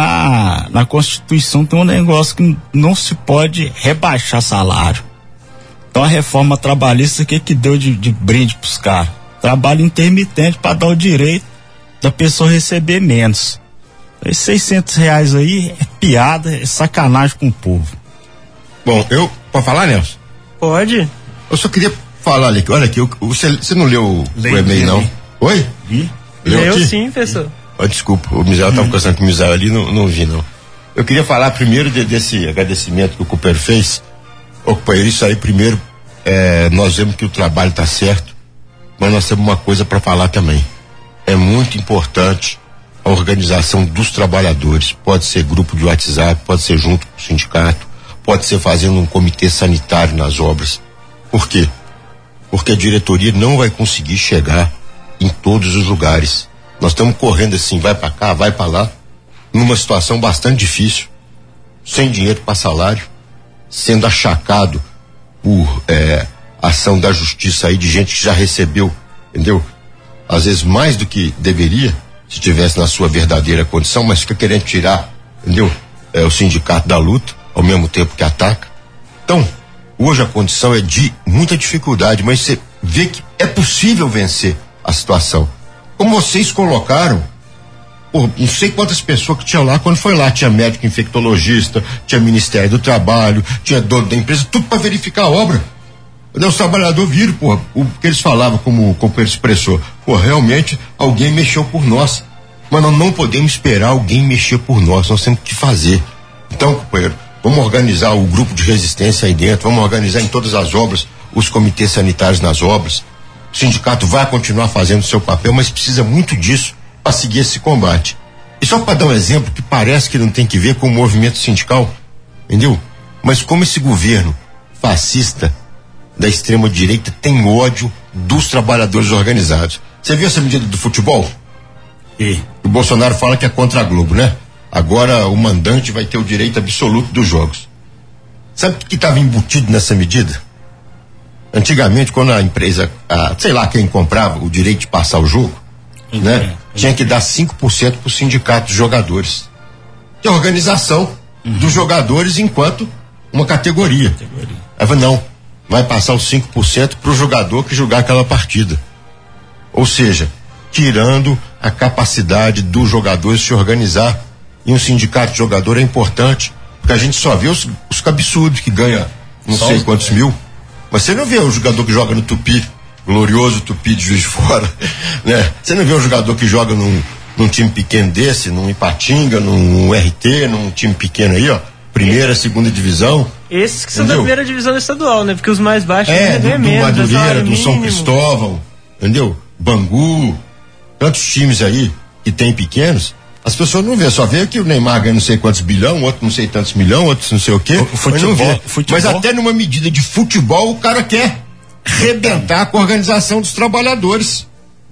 na, na Constituição tem um negócio que não se pode rebaixar salário. Então a reforma trabalhista, o que que deu de, de brinde pros caras? Trabalho intermitente para dar o direito da pessoa receber menos. Esses seiscentos reais aí é piada, é sacanagem com o povo. Bom, eu, pode falar, Nelson? Pode. Eu só queria falar ali, olha aqui, você, você não leu o, o e-mail, não? Oi? Vi? Leu Eu aqui? sim, professor. Oh, desculpa, o Misael estava conversando com o Misael ali, não, não vi, não. Eu queria falar primeiro de, desse agradecimento que o Cooper fez. Ô, companheiro, isso aí, primeiro, é, nós vemos que o trabalho está certo, mas nós temos uma coisa para falar também. É muito importante a organização dos trabalhadores. Pode ser grupo de WhatsApp, pode ser junto com o sindicato, pode ser fazendo um comitê sanitário nas obras. Por quê? Porque a diretoria não vai conseguir chegar em todos os lugares. Nós estamos correndo assim, vai para cá, vai para lá, numa situação bastante difícil, sem dinheiro para salário, sendo achacado por é, ação da justiça aí de gente que já recebeu, entendeu? Às vezes mais do que deveria, se tivesse na sua verdadeira condição, mas fica querendo tirar, entendeu? É, o sindicato da luta, ao mesmo tempo que ataca. Então, hoje a condição é de muita dificuldade, mas você vê que é possível vencer a situação. Como vocês colocaram, por não sei quantas pessoas que tinham lá, quando foi lá, tinha médico infectologista, tinha Ministério do Trabalho, tinha dono da empresa, tudo para verificar a obra. Os trabalhadores viram, porra, o que eles falavam, como o companheiro expressou, pô, realmente alguém mexeu por nós, mas nós não podemos esperar alguém mexer por nós, nós temos que fazer. Então, companheiro, vamos organizar o grupo de resistência aí dentro, vamos organizar em todas as obras, os comitês sanitários nas obras. O sindicato vai continuar fazendo o seu papel, mas precisa muito disso para seguir esse combate. E só para dar um exemplo que parece que não tem que ver com o movimento sindical, entendeu? Mas como esse governo fascista da extrema direita tem ódio dos trabalhadores organizados. Você viu essa medida do futebol? E o Bolsonaro fala que é contra a Globo, né? Agora o mandante vai ter o direito absoluto dos jogos. Sabe o que estava embutido nessa medida? Antigamente, quando a empresa, a, sei lá quem comprava o direito de passar o jogo, entendi, né? Entendi. Tinha que dar cinco por cento para o sindicato de jogadores. Que é a organização uhum. dos jogadores enquanto uma categoria. categoria. Aí falou, não, vai passar os cinco por cento para o jogador que jogar aquela partida. Ou seja, tirando a capacidade dos jogadores se organizar. E um sindicato de jogador é importante, porque a gente só vê os, os cabeçudos que ganha não só sei quantos é. mil. Mas você não vê o jogador que joga no Tupi, glorioso Tupi de Juiz de Fora, né? Você não vê um jogador que joga num, num time pequeno desse, num Ipatinga, num R T, num time pequeno aí, ó, primeira, Esse, segunda divisão. Esses que entendeu? São da primeira divisão estadual, né? Porque os mais baixos é, do, do menos, Madureira, do São Cristóvão, entendeu? Bangu, tantos times aí que tem pequenos. As pessoas não vê, só vê que o Neymar ganha não sei quantos bilhão, outro não sei tantos milhão, outros não sei o quê. O futebol, mas, não vê. Futebol. Mas até numa medida de futebol o cara quer rebentar com a organização dos trabalhadores.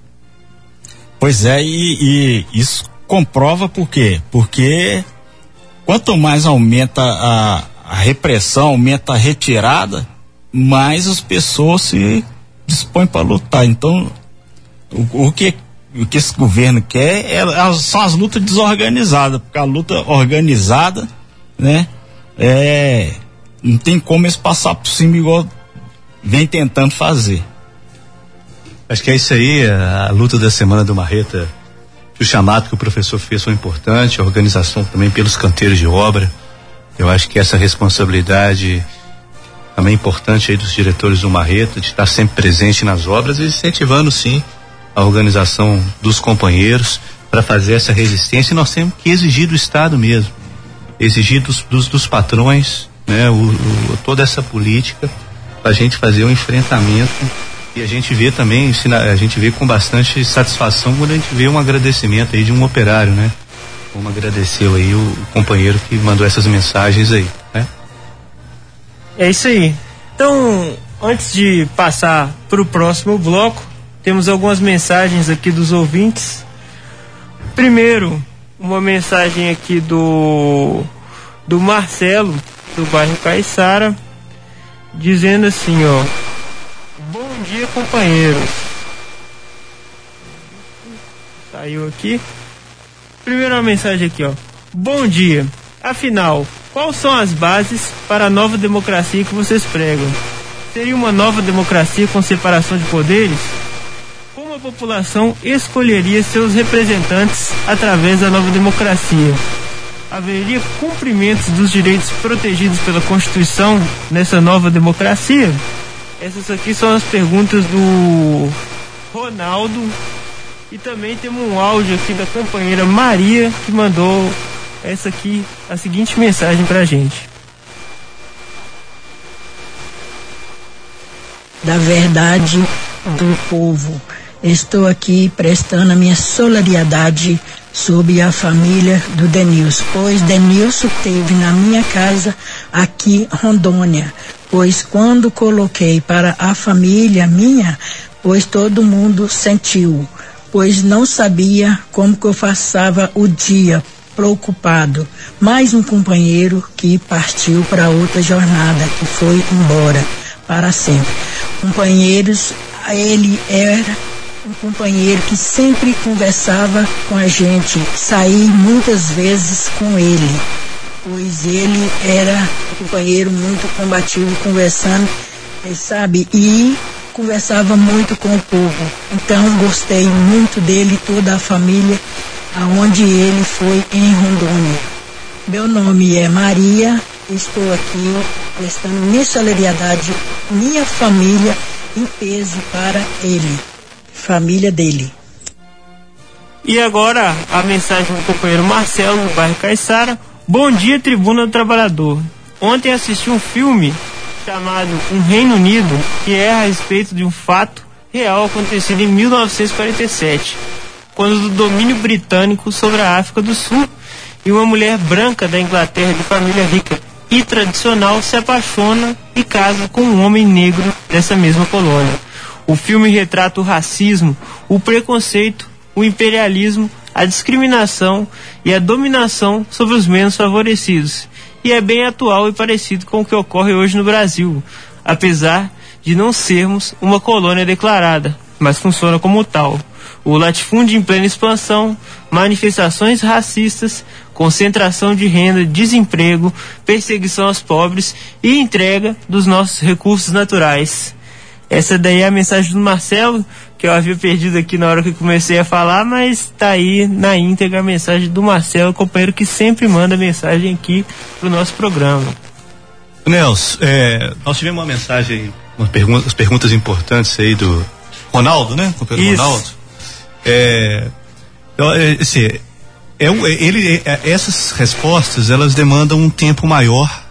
Pois é, e, e isso comprova por quê? Porque quanto mais aumenta a, a repressão, aumenta a retirada, mais as pessoas se dispõem para lutar. Então, o, o que O que esse governo quer é, são as lutas desorganizadas, porque a luta organizada, né, é, não tem como eles passar por cima igual vem tentando fazer. Acho que é isso aí, a, a luta da semana do Marreta, o chamado que o professor fez foi importante, a organização também pelos canteiros de obra. Eu acho que essa responsabilidade também é importante aí dos diretores do Marreta, de estar sempre presente nas obras e incentivando sim a organização dos companheiros para fazer essa resistência, e nós temos que exigir do Estado mesmo, exigir dos, dos, dos patrões, né, o, o, toda essa política para a gente fazer um enfrentamento. E a gente vê também, a gente vê com bastante satisfação quando a gente vê um agradecimento aí de um operário, né? Como agradeceu aí o, o companheiro que mandou essas mensagens aí, né? É isso aí. Então, antes de passar para o próximo bloco, temos algumas mensagens aqui dos ouvintes. Primeiro, uma mensagem aqui do do Marcelo, do bairro Caiçara, dizendo assim, ó: bom dia, companheiros. Saiu aqui. Primeira mensagem aqui, ó: bom dia. Afinal, quais são as bases para a nova democracia que vocês pregam? Seria uma nova democracia com separação de poderes? Como a população escolheria seus representantes através da nova democracia? Haveria cumprimento dos direitos protegidos pela Constituição nessa nova democracia? Essas aqui são as perguntas do Ronaldo. E também temos um áudio aqui da companheira Maria, que mandou essa aqui, a seguinte mensagem pra gente. Da verdade do povo. Estou aqui prestando a minha solidariedade sobre a família do Denilson, pois Denilson teve na minha casa aqui em Rondônia, pois quando coloquei para a família minha, pois todo mundo sentiu, pois não sabia como que eu passava o dia, preocupado. Mais um companheiro que partiu para outra jornada, que foi embora para sempre. Companheiros, ele era um companheiro que sempre conversava com a gente, saí muitas vezes com ele, pois ele era um companheiro muito combativo, conversando, sabe, e conversava muito com o povo. Então gostei muito dele, toda a família, aonde ele foi em Rondônia. Meu nome é Maria, estou aqui prestando minha solidariedade, minha família, em peso para ele, família dele. E agora a mensagem do companheiro Marcelo, no bairro Caiçara. Bom dia, Tribuna do Trabalhador. Ontem assisti um filme chamado Um Reino Unido, que é a respeito de um fato real acontecido em mil novecentos e quarenta e sete, quando do domínio britânico sobre a África do Sul, e uma mulher branca da Inglaterra de família rica e tradicional se apaixona e casa com um homem negro dessa mesma colônia. O filme retrata o racismo, o preconceito, o imperialismo, a discriminação e a dominação sobre os menos favorecidos. E é bem atual e parecido com o que ocorre hoje no Brasil, apesar de não sermos uma colônia declarada, mas funciona como tal. O latifúndio em plena expansão, manifestações racistas, concentração de renda, desemprego, perseguição aos pobres e entrega dos nossos recursos naturais. Essa daí é a mensagem do Marcelo, que eu havia perdido aqui na hora que comecei a falar, mas tá aí na íntegra a mensagem do Marcelo, companheiro que sempre manda mensagem aqui pro nosso programa. Nelson, é, nós tivemos uma mensagem, umas perguntas, perguntas importantes aí do Ronaldo, né? Companheiro Isso. Ronaldo. É, assim, é, ele, é, essas respostas, elas demandam um tempo maior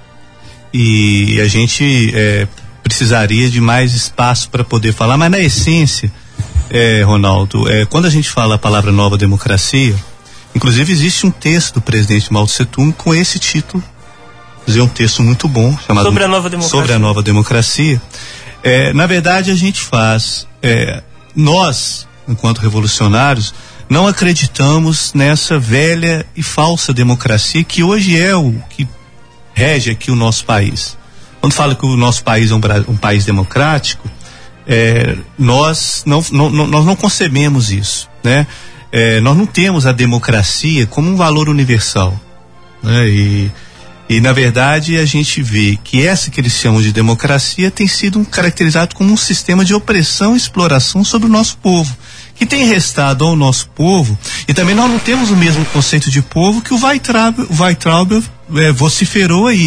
e a gente é, precisaria de mais espaço para poder falar, mas na essência, é, Ronaldo, é, quando a gente fala a palavra nova democracia, inclusive existe um texto do presidente Mao Tse Tung com esse título, é um texto muito bom, chamado Sobre a Nova Democracia. Sobre a Nova Democracia. É, na verdade, a gente faz, é, nós, enquanto revolucionários, não acreditamos nessa velha e falsa democracia que hoje é o que rege aqui o nosso país. Quando fala que o nosso país é um, um país democrático, é, nós, não, não, nós não concebemos isso, né? É, nós não temos a democracia como um valor universal, né? E, e na verdade a gente vê que essa que eles chamam de democracia tem sido um, caracterizado como um sistema de opressão e exploração sobre o nosso povo, que tem restado ao nosso povo, e também nós não temos o mesmo conceito de povo que o Weintraub, o Weintraub é, vociferou aí,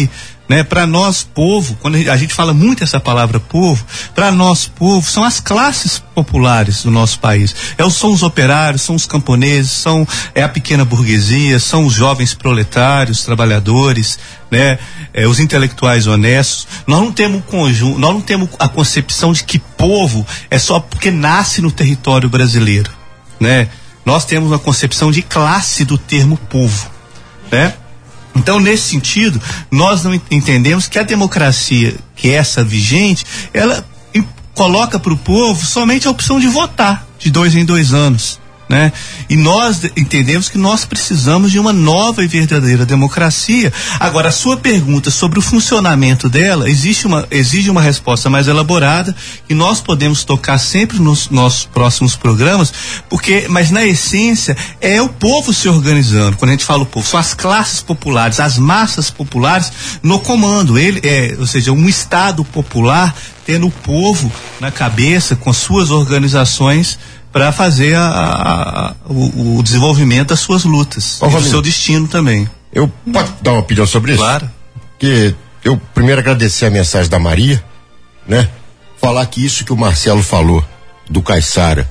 né? Para nós, povo, quando a gente fala muito essa palavra povo, para nós, povo, são as classes populares do nosso país. É, são os operários, são os camponeses, são é a pequena burguesia, são os jovens proletários, trabalhadores, né? É, os intelectuais honestos. Nós não temos um conjunto, nós não temos a concepção de que povo é só porque nasce no território brasileiro, né? Nós temos uma concepção de classe do termo povo, né? Então, nesse sentido, nós não entendemos que a democracia, que é essa vigente, ela coloca para o povo somente a opção de votar de dois em dois anos, né? E nós entendemos que nós precisamos de uma nova e verdadeira democracia. Agora, a sua pergunta sobre o funcionamento dela existe uma, exige uma resposta mais elaborada, que nós podemos tocar sempre nos nossos próximos programas, porque, mas na essência é o povo se organizando. Quando a gente fala o povo, são as classes populares, as massas populares no comando. Ele é, ou seja, um Estado popular tendo o povo na cabeça com suas organizações para fazer a, a, a, o, o desenvolvimento das suas lutas, Ô, e do seu destino também. Eu posso dar uma opinião sobre isso? Claro. Que eu primeiro agradecer a mensagem da Maria, né? Falar que isso que o Marcelo falou do Caiçara,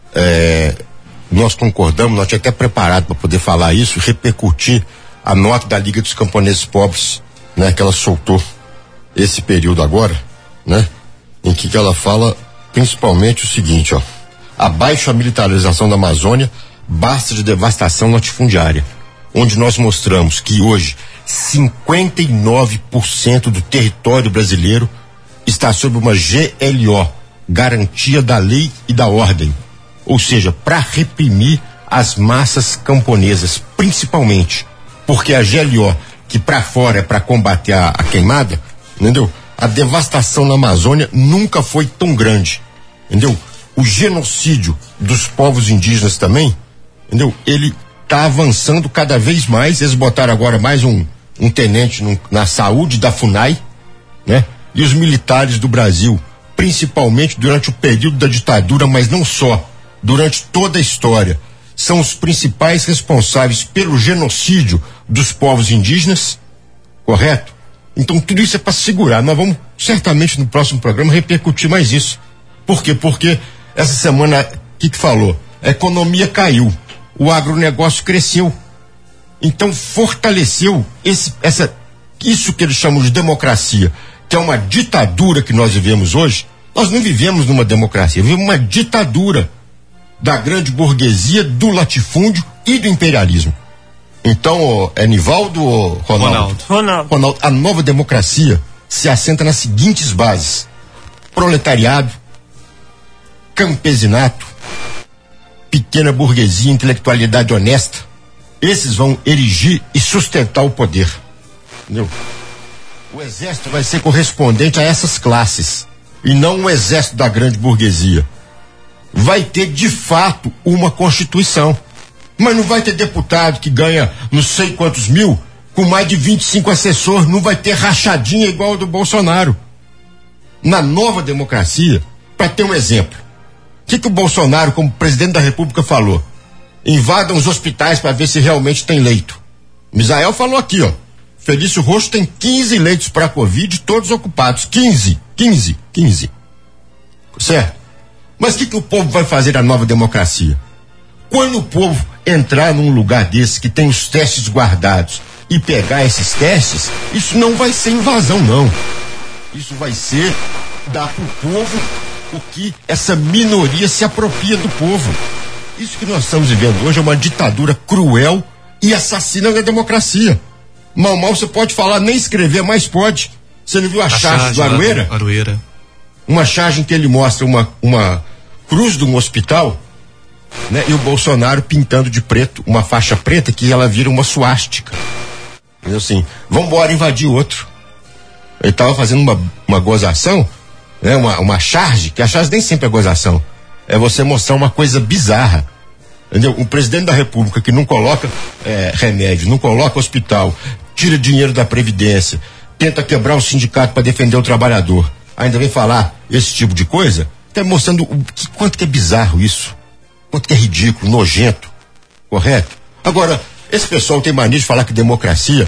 é, nós concordamos, nós tínhamos até preparado para poder falar isso, repercutir a nota da Liga dos Camponeses Pobres, né? Que ela soltou esse período agora, né? Em que, que ela fala principalmente o seguinte, ó: abaixo a militarização da Amazônia, basta de devastação latifundiária, onde nós mostramos que hoje cinquenta e nove por cento do território brasileiro está sob uma G L O, garantia da lei e da ordem, ou seja, para reprimir as massas camponesas, principalmente, porque a G L O, que para fora é para combater a, a queimada, entendeu? A devastação na Amazônia nunca foi tão grande, entendeu? O genocídio dos povos indígenas também, entendeu? Ele está avançando cada vez mais. Eles botaram agora mais um, um tenente no, na saúde da FUNAI, né? E os militares do Brasil, principalmente durante o período da ditadura, mas não só, durante toda a história, são os principais responsáveis pelo genocídio dos povos indígenas, correto? Então tudo isso é para segurar. Nós vamos certamente no próximo programa repercutir mais isso. Por quê? Porque essa semana, o que que falou? A economia caiu, o agronegócio cresceu. Então fortaleceu esse, essa, isso que eles chamam de democracia, que é uma ditadura que nós vivemos hoje. Nós não vivemos numa democracia, vivemos uma ditadura da grande burguesia, do latifúndio e do imperialismo. Então, é Nivaldo ou Ronaldo? Ronaldo. Ronaldo. Ronaldo, a nova democracia se assenta nas seguintes bases: proletariado, campesinato, pequena burguesia, intelectualidade honesta. Esses vão erigir e sustentar o poder. Entendeu? O exército vai ser correspondente a essas classes e não o exército da grande burguesia. Vai ter de fato uma constituição, mas não vai ter deputado que ganha não sei quantos mil com mais de vinte e cinco assessores, não vai ter rachadinha igual a do Bolsonaro. Na nova democracia, para ter um exemplo, o que, que o Bolsonaro, como presidente da República, falou? Invadam os hospitais para ver se realmente tem leito. Misael falou aqui, ó: Felício Roxo tem quinze leitos para Covid, todos ocupados. quinze, quinze, quinze. Certo? Mas o que, que o povo vai fazer na nova democracia? Quando o povo entrar num lugar desse que tem os testes guardados e pegar esses testes, isso não vai ser invasão, não. Isso vai ser dar pro povo o que essa minoria se apropria do povo. Isso que nós estamos vivendo hoje é uma ditadura cruel e assassina da democracia. Mal, mal você pode falar, nem escrever, mas pode. Você não viu a, a charge do Aroeira? Aroeira. Uma charge em que ele mostra uma, uma cruz de um hospital, né? E o Bolsonaro pintando de preto, uma faixa preta que ela vira uma suástica. E assim, vambora invadir outro. Ele estava fazendo uma, uma gozação, né? Uma, uma charge, que a charge nem sempre é gozação. É você mostrar uma coisa bizarra. Entendeu? Um presidente da República que não coloca é, remédio, não coloca hospital, tira dinheiro da Previdência, tenta quebrar o sindicato para defender o trabalhador, ainda vem falar esse tipo de coisa, está mostrando o que, quanto que é bizarro isso, quanto que é ridículo, nojento, correto? Agora, esse pessoal tem mania de falar que democracia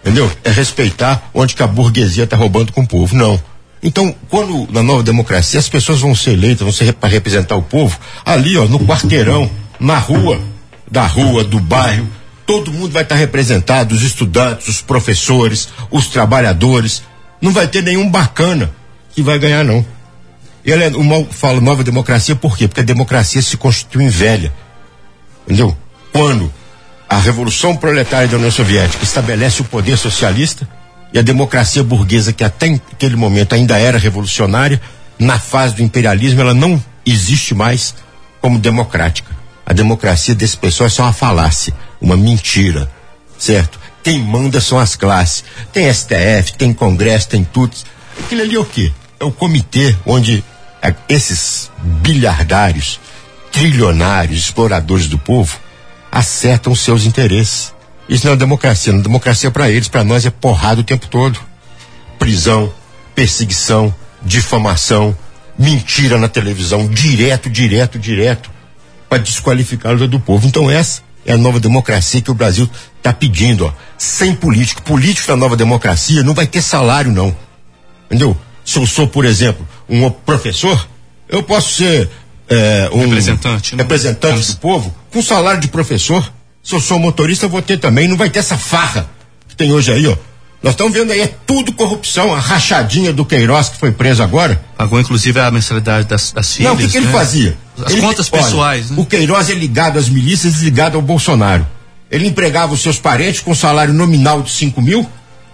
Entendeu? É respeitar onde que a burguesia está roubando com o povo. Não. Então, quando na nova democracia as pessoas vão ser eleitas, vão ser para representar o povo, ali, ó, no quarteirão, na rua, da rua, do bairro, todo mundo vai estar tá representado, os estudantes, os professores, os trabalhadores. Não vai ter nenhum bacana que vai ganhar, não. Ele é, o mal fala nova democracia por quê? Porque a democracia se constitui em velha. Entendeu? Quando a Revolução Proletária da União Soviética estabelece o poder socialista e a democracia burguesa, que até aquele momento ainda era revolucionária, na fase do imperialismo, ela não existe mais como democrática. A democracia desse pessoal é só uma falácia, uma mentira, certo? Quem manda são as classes. Tem S T F, tem Congresso, tem tudo. Aquilo ali é o quê? É o comitê onde é, esses bilhardários, trilionários, exploradores do povo, acertam os seus interesses. Isso não é democracia. Não é democracia para eles, para nós é porrada o tempo todo. Prisão, perseguição, difamação, mentira na televisão, direto, direto, direto, para desqualificá-los do povo. Então essa é a nova democracia que o Brasil está pedindo, ó. Sem político. Político da nova democracia não vai ter salário, não. Entendeu? Se eu sou, por exemplo, um professor, eu posso ser é, um representante, né? representante do povo com salário de professor. Se eu sou motorista, eu vou ter também. Não vai ter essa farra que tem hoje aí, ó. Nós estamos vendo aí, é tudo corrupção. A rachadinha do Queiroz, que foi preso agora. Pagou, inclusive, a mensalidade das, das filhas. Não, o que, que ele né? fazia? As ele, contas olha, pessoais, né? O Queiroz é ligado às milícias e ligado ao Bolsonaro. Ele empregava os seus parentes com salário nominal de cinco mil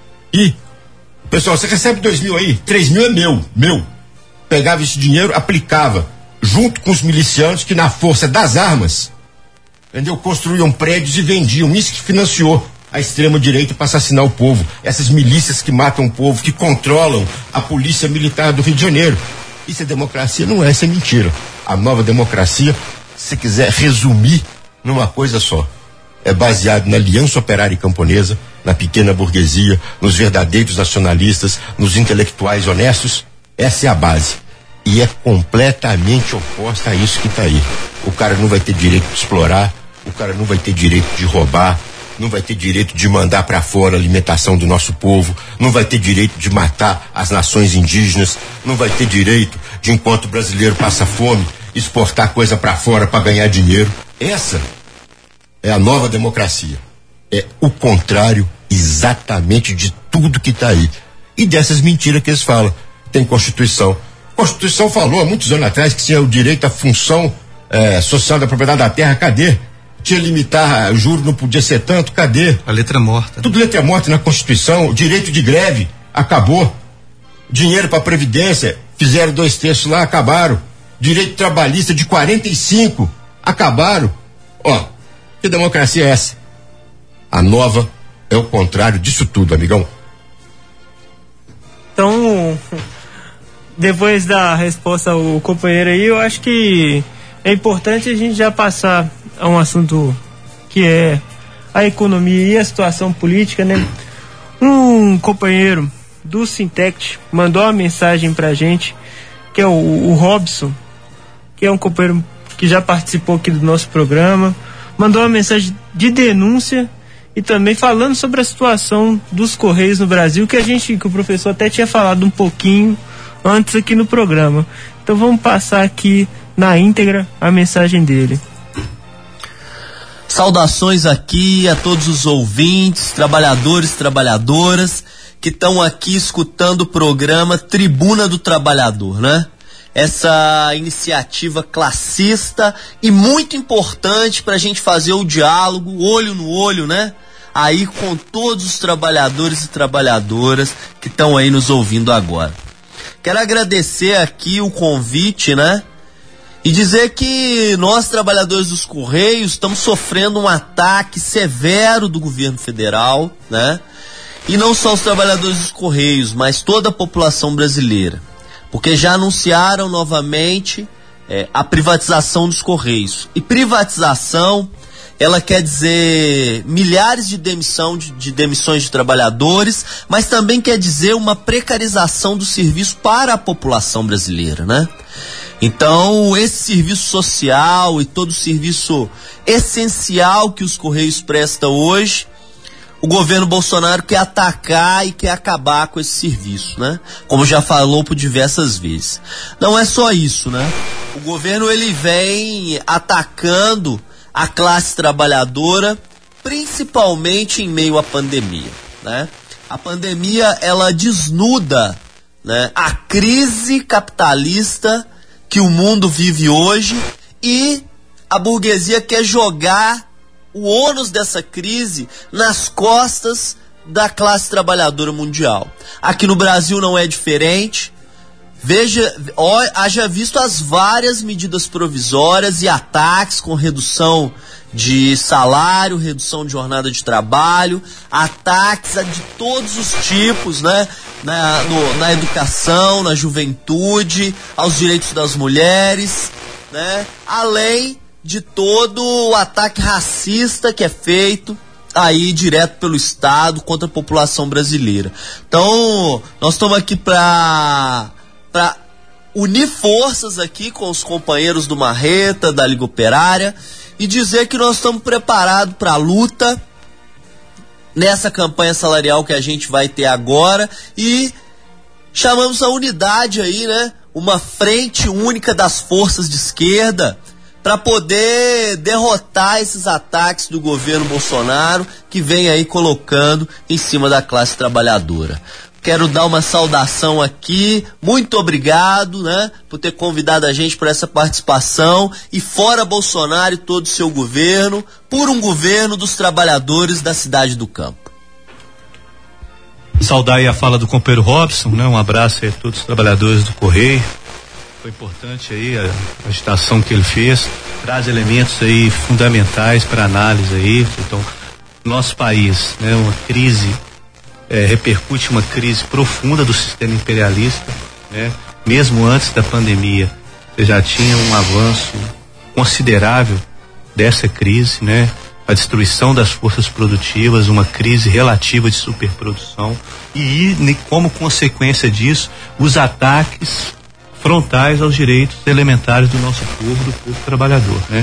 e, pessoal, você recebe dois mil aí, três mil é meu, meu. Pegava esse dinheiro, aplicava junto com os milicianos que na força das armas, entendeu? Construíam prédios e vendiam. Isso que financiou a extrema-direita para assassinar o povo. Essas milícias que matam o povo, que controlam a polícia militar do Rio de Janeiro. Isso é democracia? Não é, isso é mentira. A nova democracia, se quiser resumir numa coisa só, é baseado na aliança operária e camponesa, na pequena burguesia, nos verdadeiros nacionalistas, nos intelectuais honestos. Essa é a base. E é completamente oposta a isso que está aí. O cara não vai ter direito de explorar, o cara não vai ter direito de roubar, não vai ter direito de mandar para fora a alimentação do nosso povo, não vai ter direito de matar as nações indígenas, não vai ter direito de, enquanto o brasileiro passa fome, exportar coisa para fora para ganhar dinheiro. Essa é a nova democracia. É o contrário exatamente de tudo que está aí. E dessas mentiras que eles falam. Tem Constituição. A Constituição falou há muitos anos atrás que tinha o direito à função eh, social da propriedade da terra. Cadê? Tinha limitar, juro, não podia ser tanto. Cadê? A letra morta. Tudo letra morta na Constituição. O direito de greve acabou. Dinheiro para Previdência, fizeram dois terços lá, acabaram. Direito trabalhista de quarenta e cinco, acabaram. Ó, que democracia é essa? A nova é o contrário disso tudo, amigão. Então, depois da resposta ao companheiro aí, eu acho que é importante a gente já passar a um assunto que é a economia e a situação política, né? Um companheiro do Sintect mandou uma mensagem pra gente, que é o, o Robson, que é um companheiro que já participou aqui do nosso programa, mandou uma mensagem de denúncia e também falando sobre a situação dos Correios no Brasil, que a gente, que o professor até tinha falado um pouquinho antes aqui no programa. Então vamos passar aqui na íntegra a mensagem dele. Saudações aqui a todos os ouvintes, trabalhadores, trabalhadoras que estão aqui escutando o programa Tribuna do Trabalhador, né? Essa iniciativa classista e muito importante para a gente fazer o diálogo, olho no olho, né? Aí com todos os trabalhadores e trabalhadoras que estão aí nos ouvindo agora. Quero agradecer aqui o convite, né? E dizer que nós, trabalhadores dos Correios, estamos sofrendo um ataque severo do governo federal, né? E não só os trabalhadores dos Correios, mas toda a população brasileira. Porque já anunciaram novamente é, a privatização dos Correios. E privatização, ela quer dizer milhares de, demissão, de, de demissões de trabalhadores, mas também quer dizer uma precarização do serviço para a população brasileira, né? Então, esse serviço social e todo o serviço essencial que os Correios prestam hoje, o governo Bolsonaro quer atacar e quer acabar com esse serviço, né? Como já falou por diversas vezes. Não é só isso, né? O governo ele vem atacando a classe trabalhadora, principalmente em meio à pandemia, né? A pandemia ela desnuda, né, a crise capitalista que o mundo vive hoje e a burguesia quer jogar o ônus dessa crise nas costas da classe trabalhadora mundial. Aqui no Brasil não é diferente. Veja, ó, haja visto as várias medidas provisórias e ataques com redução de salário, redução de jornada de trabalho, ataques de todos os tipos, né? Na, no, na educação, na juventude, aos direitos das mulheres, né? Além de todo o ataque racista que é feito aí direto pelo Estado contra a população brasileira. Então, nós estamos aqui para para unir forças aqui com os companheiros do Marreta, da Liga Operária, e dizer que nós estamos preparados para a luta nessa campanha salarial que a gente vai ter agora e chamamos a unidade aí, né? Uma frente única das forças de esquerda para poder derrotar esses ataques do governo Bolsonaro que vem aí colocando em cima da classe trabalhadora. Quero dar uma saudação aqui, muito obrigado, né, por ter convidado a gente por essa participação e fora Bolsonaro e todo o seu governo, por um governo dos trabalhadores da cidade do Campo. Saudar aí a fala do companheiro Robson, né, um abraço aí a todos os trabalhadores do Correio. Foi importante aí a agitação que ele fez, traz elementos aí fundamentais para análise aí. Então, nosso país, né, uma crise É, repercute uma crise profunda do sistema imperialista, né? Mesmo antes da pandemia, você já tinha um avanço considerável dessa crise, né? A destruição das forças produtivas, uma crise relativa de superprodução e, e como consequência disso, os ataques frontais aos direitos elementares do nosso povo, do povo trabalhador, né?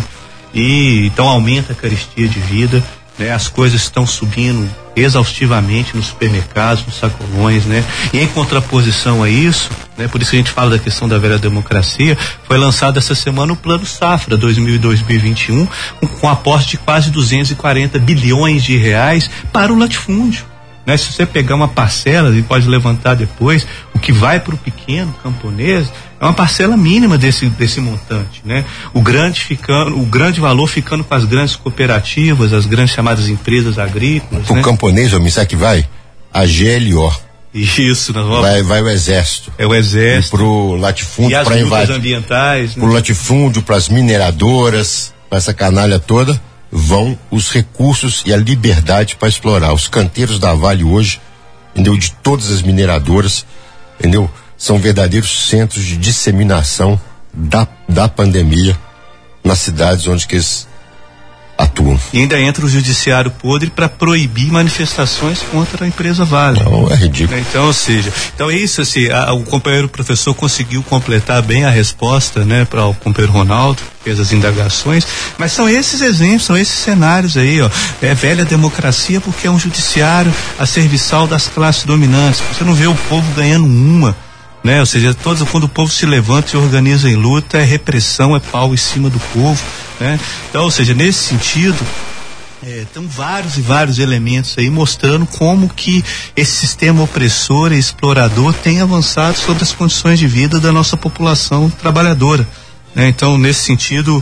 E então aumenta a carestia de vida, né? As coisas estão subindo exaustivamente nos supermercados, nos sacolões, né? E em contraposição a isso, né? Por isso que a gente fala da questão da velha democracia, foi lançado essa semana o Plano Safra dois mil e dois mil e vinte e um, com, com aporte de quase duzentos e quarenta bilhões de reais para o latifúndio, né? Se você pegar uma parcela e pode levantar depois, o que vai para o pequeno camponês é uma parcela mínima desse desse montante, né? O grande ficando, o grande valor ficando com as grandes cooperativas, as grandes chamadas empresas agrícolas. Pro né? camponês, o sabe que vai? A G L O. Isso, nós vamos... vai, vai o exército. É o exército. E pro latifúndio, para invadir. ambientais. Né? Pro latifúndio, para as mineradoras, para essa canalha toda, vão os recursos e a liberdade para explorar. Os canteiros da Vale hoje, entendeu? De todas as mineradoras, entendeu? São verdadeiros centros de disseminação da, da pandemia nas cidades onde que eles atuam. E ainda entra o judiciário podre para proibir manifestações contra a empresa Vale. Não, é ridículo. Então, ou seja, então é isso, assim, a, o companheiro professor conseguiu completar bem a resposta, né, para o companheiro Ronaldo, fez as indagações, mas são esses exemplos, são esses cenários aí, ó. É velha democracia porque é um judiciário a serviçal das classes dominantes. Você não vê o povo ganhando uma, né? Ou seja, todos, quando o povo se levanta e se organiza em luta, é repressão, é pau em cima do povo, né? Então, ou seja, nesse sentido, é, tem vários e vários elementos aí mostrando como que esse sistema opressor e explorador tem avançado sobre as condições de vida da nossa população trabalhadora, né? Então, nesse sentido,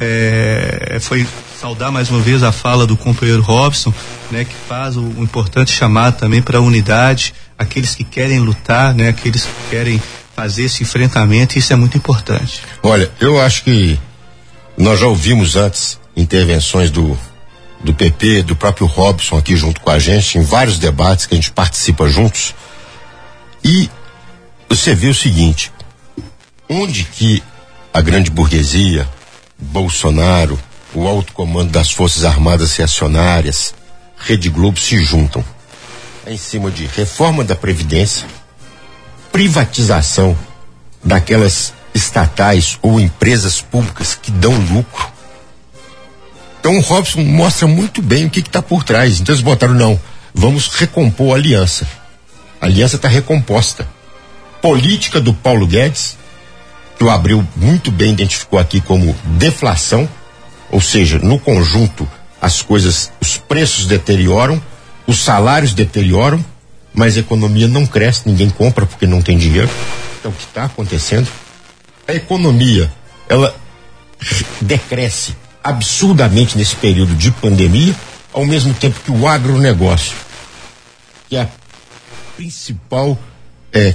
é, foi saudar mais uma vez a fala do companheiro Robson, né, que faz o, o importante chamado também para a unidade, aqueles que querem lutar, né, aqueles que querem fazer esse enfrentamento, isso é muito importante. Olha, eu acho que nós já ouvimos antes intervenções do do P P, do próprio Robson aqui junto com a gente, em vários debates que a gente participa juntos, e você vê o seguinte: onde que a grande burguesia, Bolsonaro, o alto comando das Forças Armadas Reacionárias, Rede Globo se juntam? É em cima de reforma da Previdência, privatização daquelas estatais ou empresas públicas que dão lucro. Então o Robson mostra muito bem o que está por trás. Então eles botaram, não, vamos recompor a aliança. A aliança está recomposta. Política do Paulo Guedes, que o Abreu muito bem identificou aqui como deflação, ou seja, no conjunto as coisas, os preços deterioram, os salários deterioram, mas a economia não cresce, ninguém compra porque não tem dinheiro. Então o que está acontecendo? A economia, ela decresce absurdamente nesse período de pandemia, ao mesmo tempo que o agronegócio, que é a principal é,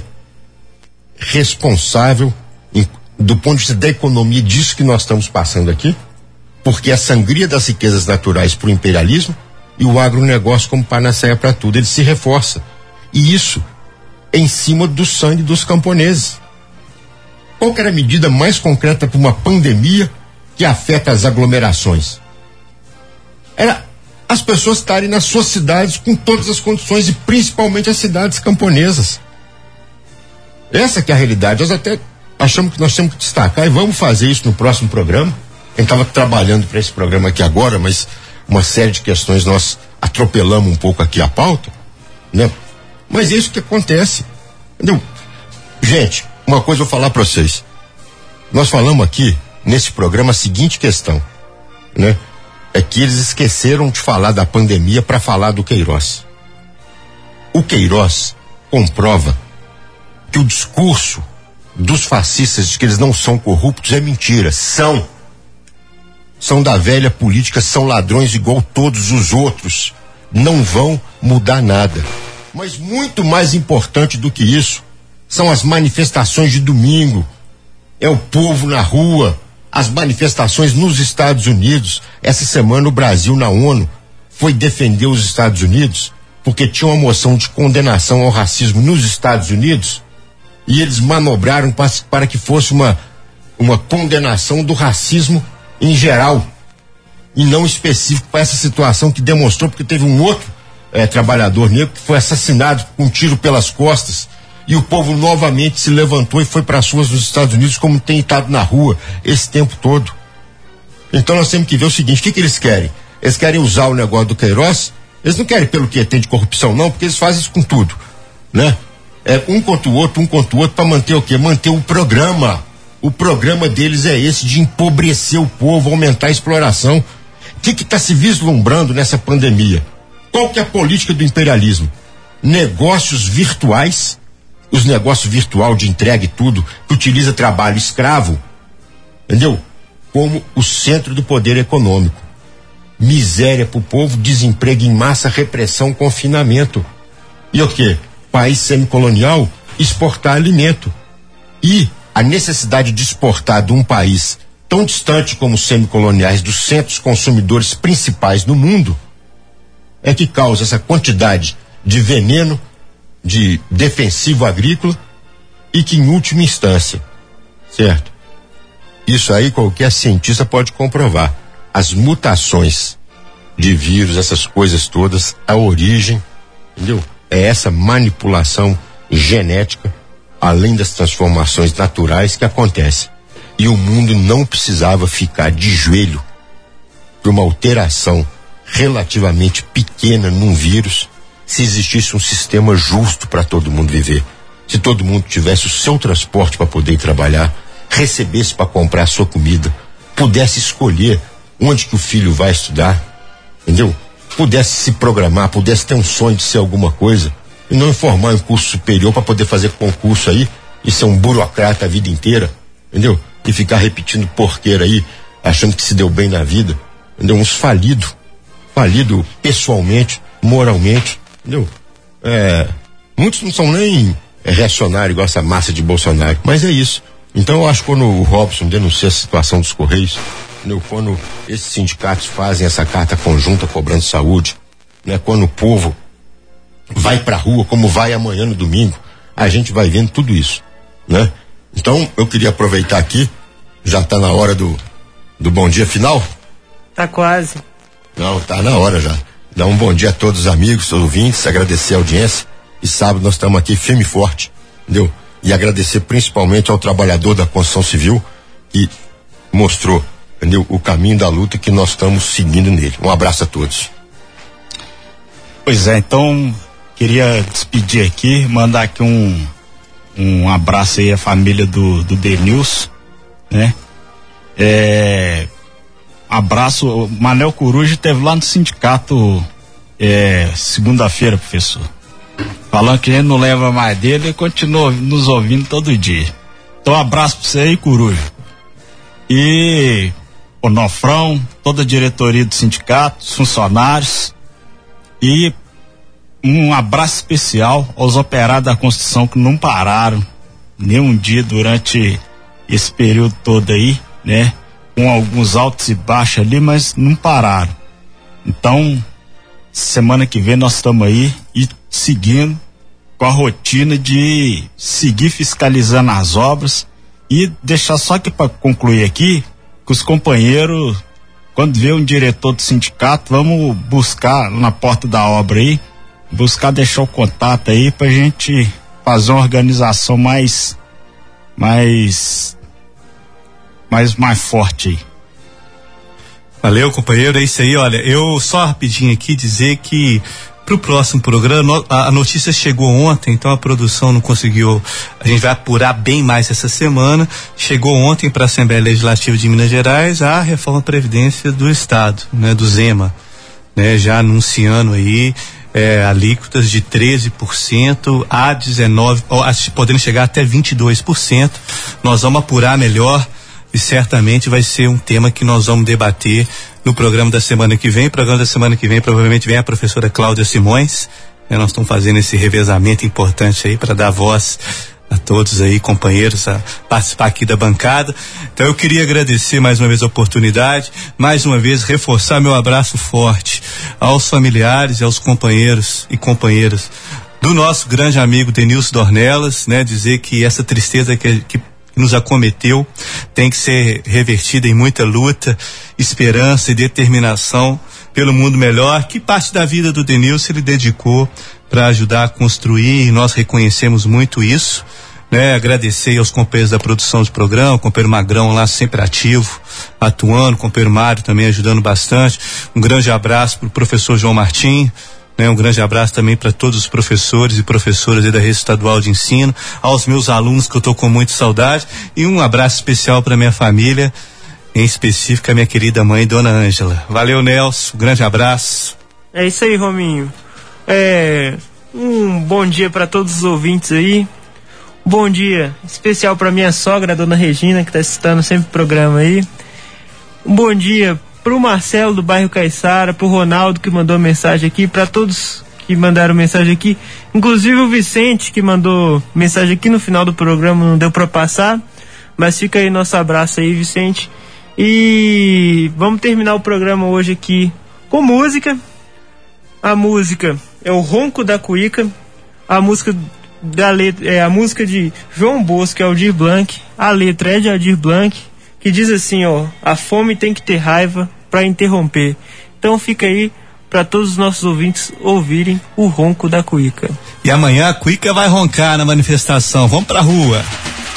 responsável em, do ponto de vista da economia disso que nós estamos passando aqui, porque a sangria das riquezas naturais para o imperialismo e o agronegócio como panaceia para tudo, ele se reforça. E isso em cima do sangue dos camponeses. Qual que era a medida mais concreta para uma pandemia que afeta as aglomerações? Era as pessoas estarem nas suas cidades com todas as condições, e principalmente as cidades camponesas. Essa que é a realidade. Nós até achamos que nós temos que destacar, e vamos fazer isso no próximo programa. A gente estava trabalhando para esse programa aqui agora, mas uma série de questões nós atropelamos um pouco aqui a pauta, né? Mas é isso que acontece, entendeu? Gente, uma coisa eu vou falar para vocês. Nós falamos aqui nesse programa a seguinte questão, né? É que eles esqueceram de falar da pandemia para falar do Queiroz. O Queiroz comprova que o discurso dos fascistas de que eles não são corruptos é mentira. São. São da velha política, são ladrões igual todos os outros. Não vão mudar nada. Mas muito mais importante do que isso são as manifestações de domingo. É o povo na rua, as manifestações nos Estados Unidos. Essa semana o Brasil na ONU foi defender os Estados Unidos porque tinha uma moção de condenação ao racismo nos Estados Unidos e eles manobraram para, para que fosse uma, uma condenação do racismo em geral e não específico para essa situação que demonstrou, porque teve um outro é, trabalhador negro que foi assassinado com um tiro pelas costas e o povo novamente se levantou e foi para as ruas dos Estados Unidos como tem estado na rua esse tempo todo. Então nós temos que ver o seguinte, o que que eles querem? Eles querem usar o negócio do Queiroz, eles não querem pelo que tem de corrupção não, porque eles fazem isso com tudo, né? É um contra o outro, um contra o outro para manter o quê? Manter o programa. O programa deles é esse de empobrecer o povo, aumentar a exploração. O que que está se vislumbrando nessa pandemia? Qual que é a política do imperialismo? Negócios virtuais, os negócios virtual de entrega e tudo, que utiliza trabalho escravo, entendeu? Como o centro do poder econômico. Miséria pro povo, desemprego em massa, repressão, confinamento. E o quê? País semicolonial, exportar alimento. E a necessidade de exportar de um país tão distante como os semicoloniais dos centros consumidores principais do mundo é que causa essa quantidade de veneno, de defensivo agrícola e que em última instância, certo? Isso aí qualquer cientista pode comprovar. As mutações de vírus, essas coisas todas, a origem, entendeu? É essa manipulação genética, além das transformações naturais que acontecem. E o mundo não precisava ficar de joelho por uma alteração relativamente pequena num vírus, se existisse um sistema justo para todo mundo viver. Se todo mundo tivesse o seu transporte para poder ir trabalhar, recebesse para comprar a sua comida, pudesse escolher onde que o filho vai estudar, entendeu? Pudesse se programar, pudesse ter um sonho de ser alguma coisa e não formar em curso superior para poder fazer concurso aí e ser um burocrata a vida inteira, entendeu? E ficar repetindo porqueira aí, achando que se deu bem na vida, entendeu? Uns falido, falido pessoalmente, moralmente, entendeu? É, muitos não são nem reacionários igual essa massa de Bolsonaro, mas é isso. Então eu acho que quando o Robson denuncia a situação dos Correios, entendeu? Quando esses sindicatos fazem essa carta conjunta cobrando saúde, né? Quando o povo vai pra rua, como vai amanhã no domingo, a gente vai vendo tudo isso, né? Então eu queria aproveitar aqui, já tá na hora do do bom dia final? Tá quase. Não, tá na hora já. Dar um bom dia a todos os amigos, os ouvintes, agradecer a audiência e sábado nós estamos aqui firme e forte, entendeu? E agradecer principalmente ao trabalhador da construção civil que mostrou, entendeu? O caminho da luta que nós estamos seguindo nele. Um abraço a todos. Pois é, então queria despedir aqui, mandar aqui um um abraço aí à família do, do Denilson, né? É, abraço, o Manel Coruja esteve lá no sindicato é, segunda-feira, professor, falando que a gente não leva mais dele e continua nos ouvindo todo dia. Então, um abraço pra você aí, Coruja. E o Nofrão, toda a diretoria do sindicato, os funcionários, e um abraço especial aos operários da construção que não pararam nem um dia durante esse período todo aí, né? Com alguns altos e baixos ali, mas não pararam. Então, semana que vem nós estamos aí e seguindo com a rotina de seguir fiscalizando as obras e deixar só aqui para concluir aqui, que os companheiros, quando vê um diretor do sindicato, vamos buscar na porta da obra aí, buscar deixar o contato aí pra gente fazer uma organização mais mais mais mais forte aí. Valeu, companheiro, é isso aí. Olha, eu só rapidinho aqui dizer que pro próximo programa, a notícia chegou ontem, então a produção não conseguiu, a gente vai apurar bem mais essa semana. Chegou ontem para a Assembleia Legislativa de Minas Gerais a reforma da Previdência do Estado, né, do Zema, né, já anunciando aí É, alíquotas de treze por cento a dezenove por cento, podendo chegar até vinte e dois por cento. Nós vamos apurar melhor e certamente vai ser um tema que nós vamos debater no programa da semana que vem. O programa da semana que vem provavelmente vem a professora Cláudia Simões, né? Nós estamos fazendo esse revezamento importante aí para dar voz a todos aí, companheiros, a participar aqui da bancada. Então eu queria agradecer mais uma vez a oportunidade, mais uma vez reforçar meu abraço forte aos familiares e aos companheiros e companheiras do nosso grande amigo Denilson Dornelas, né? Dizer que essa tristeza que, que nos acometeu tem que ser revertida em muita luta, esperança e determinação pelo mundo melhor, que parte da vida do Denilson ele dedicou para ajudar a construir, e nós reconhecemos muito isso, né? Agradecer aos companheiros da produção do programa, o companheiro Magrão lá sempre ativo, atuando, o companheiro Mário também ajudando bastante. Um grande abraço para o professor João Martim, né? Um grande abraço também para todos os professores e professoras aí da Rede Estadual de Ensino, aos meus alunos que eu tô com muita saudade, e um abraço especial para minha família, em específico a minha querida mãe, Dona Ângela. Valeu, Nelson, um grande abraço. É isso aí, Rominho. É, um bom dia para todos os ouvintes aí. Bom dia especial para minha sogra, a Dona Regina, que está assistindo sempre o programa aí. Um bom dia pro Marcelo do bairro Caiçara, pro Ronaldo que mandou mensagem aqui, para todos que mandaram mensagem aqui, inclusive o Vicente que mandou mensagem aqui no final do programa, não deu para passar, mas fica aí nosso abraço aí, Vicente. E vamos terminar o programa hoje aqui com música. A música é o Ronco da Cuíca, a música da letra é a música de João Bosco, é Aldir Blanc, a letra é de Aldir Blanc, que diz assim, ó: a fome tem que ter raiva para interromper. Então fica aí para todos os nossos ouvintes ouvirem o Ronco da Cuíca. E amanhã a Cuíca vai roncar na manifestação. Vamos pra rua.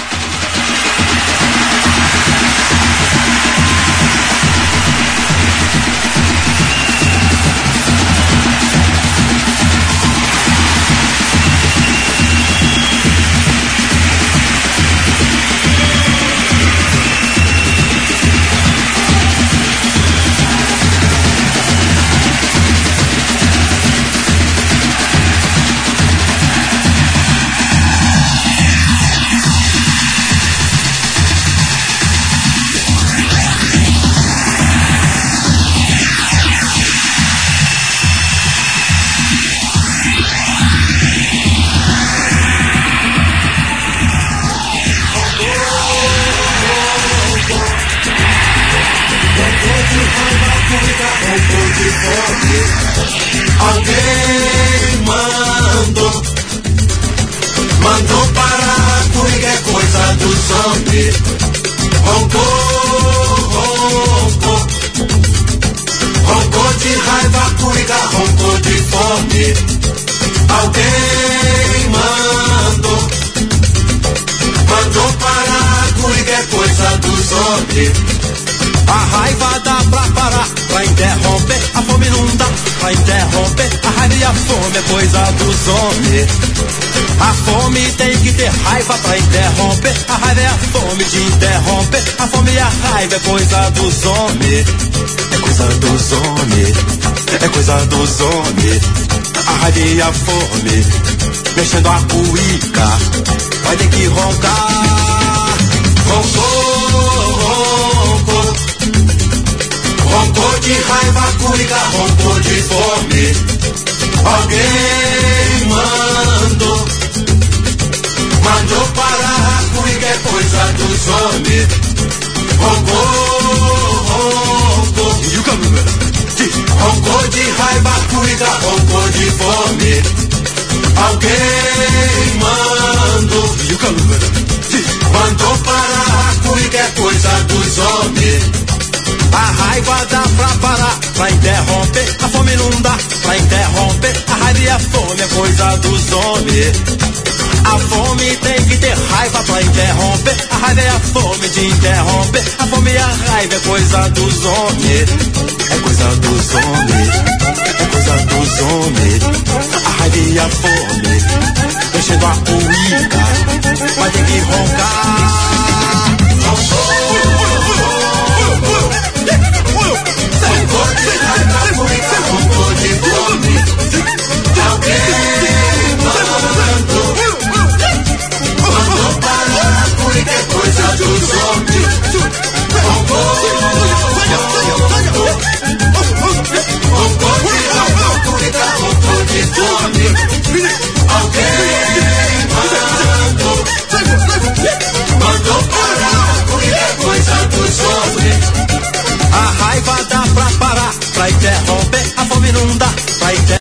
Alguém mandou, mandou parar, Cuíca é coisa dos homens. Roncou, roncou, roncou de raiva, Cuíca roncou de fome. Alguém mandou, mandou parar, Cuíca é coisa dos homens. A raiva dá pra parar, pra interromper, a fome não dá, pra interromper, a raiva e a fome é coisa dos homens. A fome tem que ter raiva pra interromper. A raiva é a fome de interromper. A fome e a raiva é coisa dos homens. É coisa dos homens. É coisa dos homens. A raiva e a fome mexendo a cuíca. Vai ter que roncar. Roncou, roncou. Roncou de raiva, cuíca, roncou de fome. Alguém mandou, mandou parar a cuíca, é coisa dos homens. Roncou, roncou. Roncou de raiva, cuíca, roncou de fome. Alguém mandou, mandou parar a cuíca, é coisa dos homens. A raiva dá pra parar, pra interromper. A fome não dá pra interromper. A raiva e a fome é coisa dos homens. A fome tem que ter raiva pra interromper. A raiva é a fome de interromper. A fome e a raiva é coisa dos homens. É coisa dos homens. É coisa dos homens.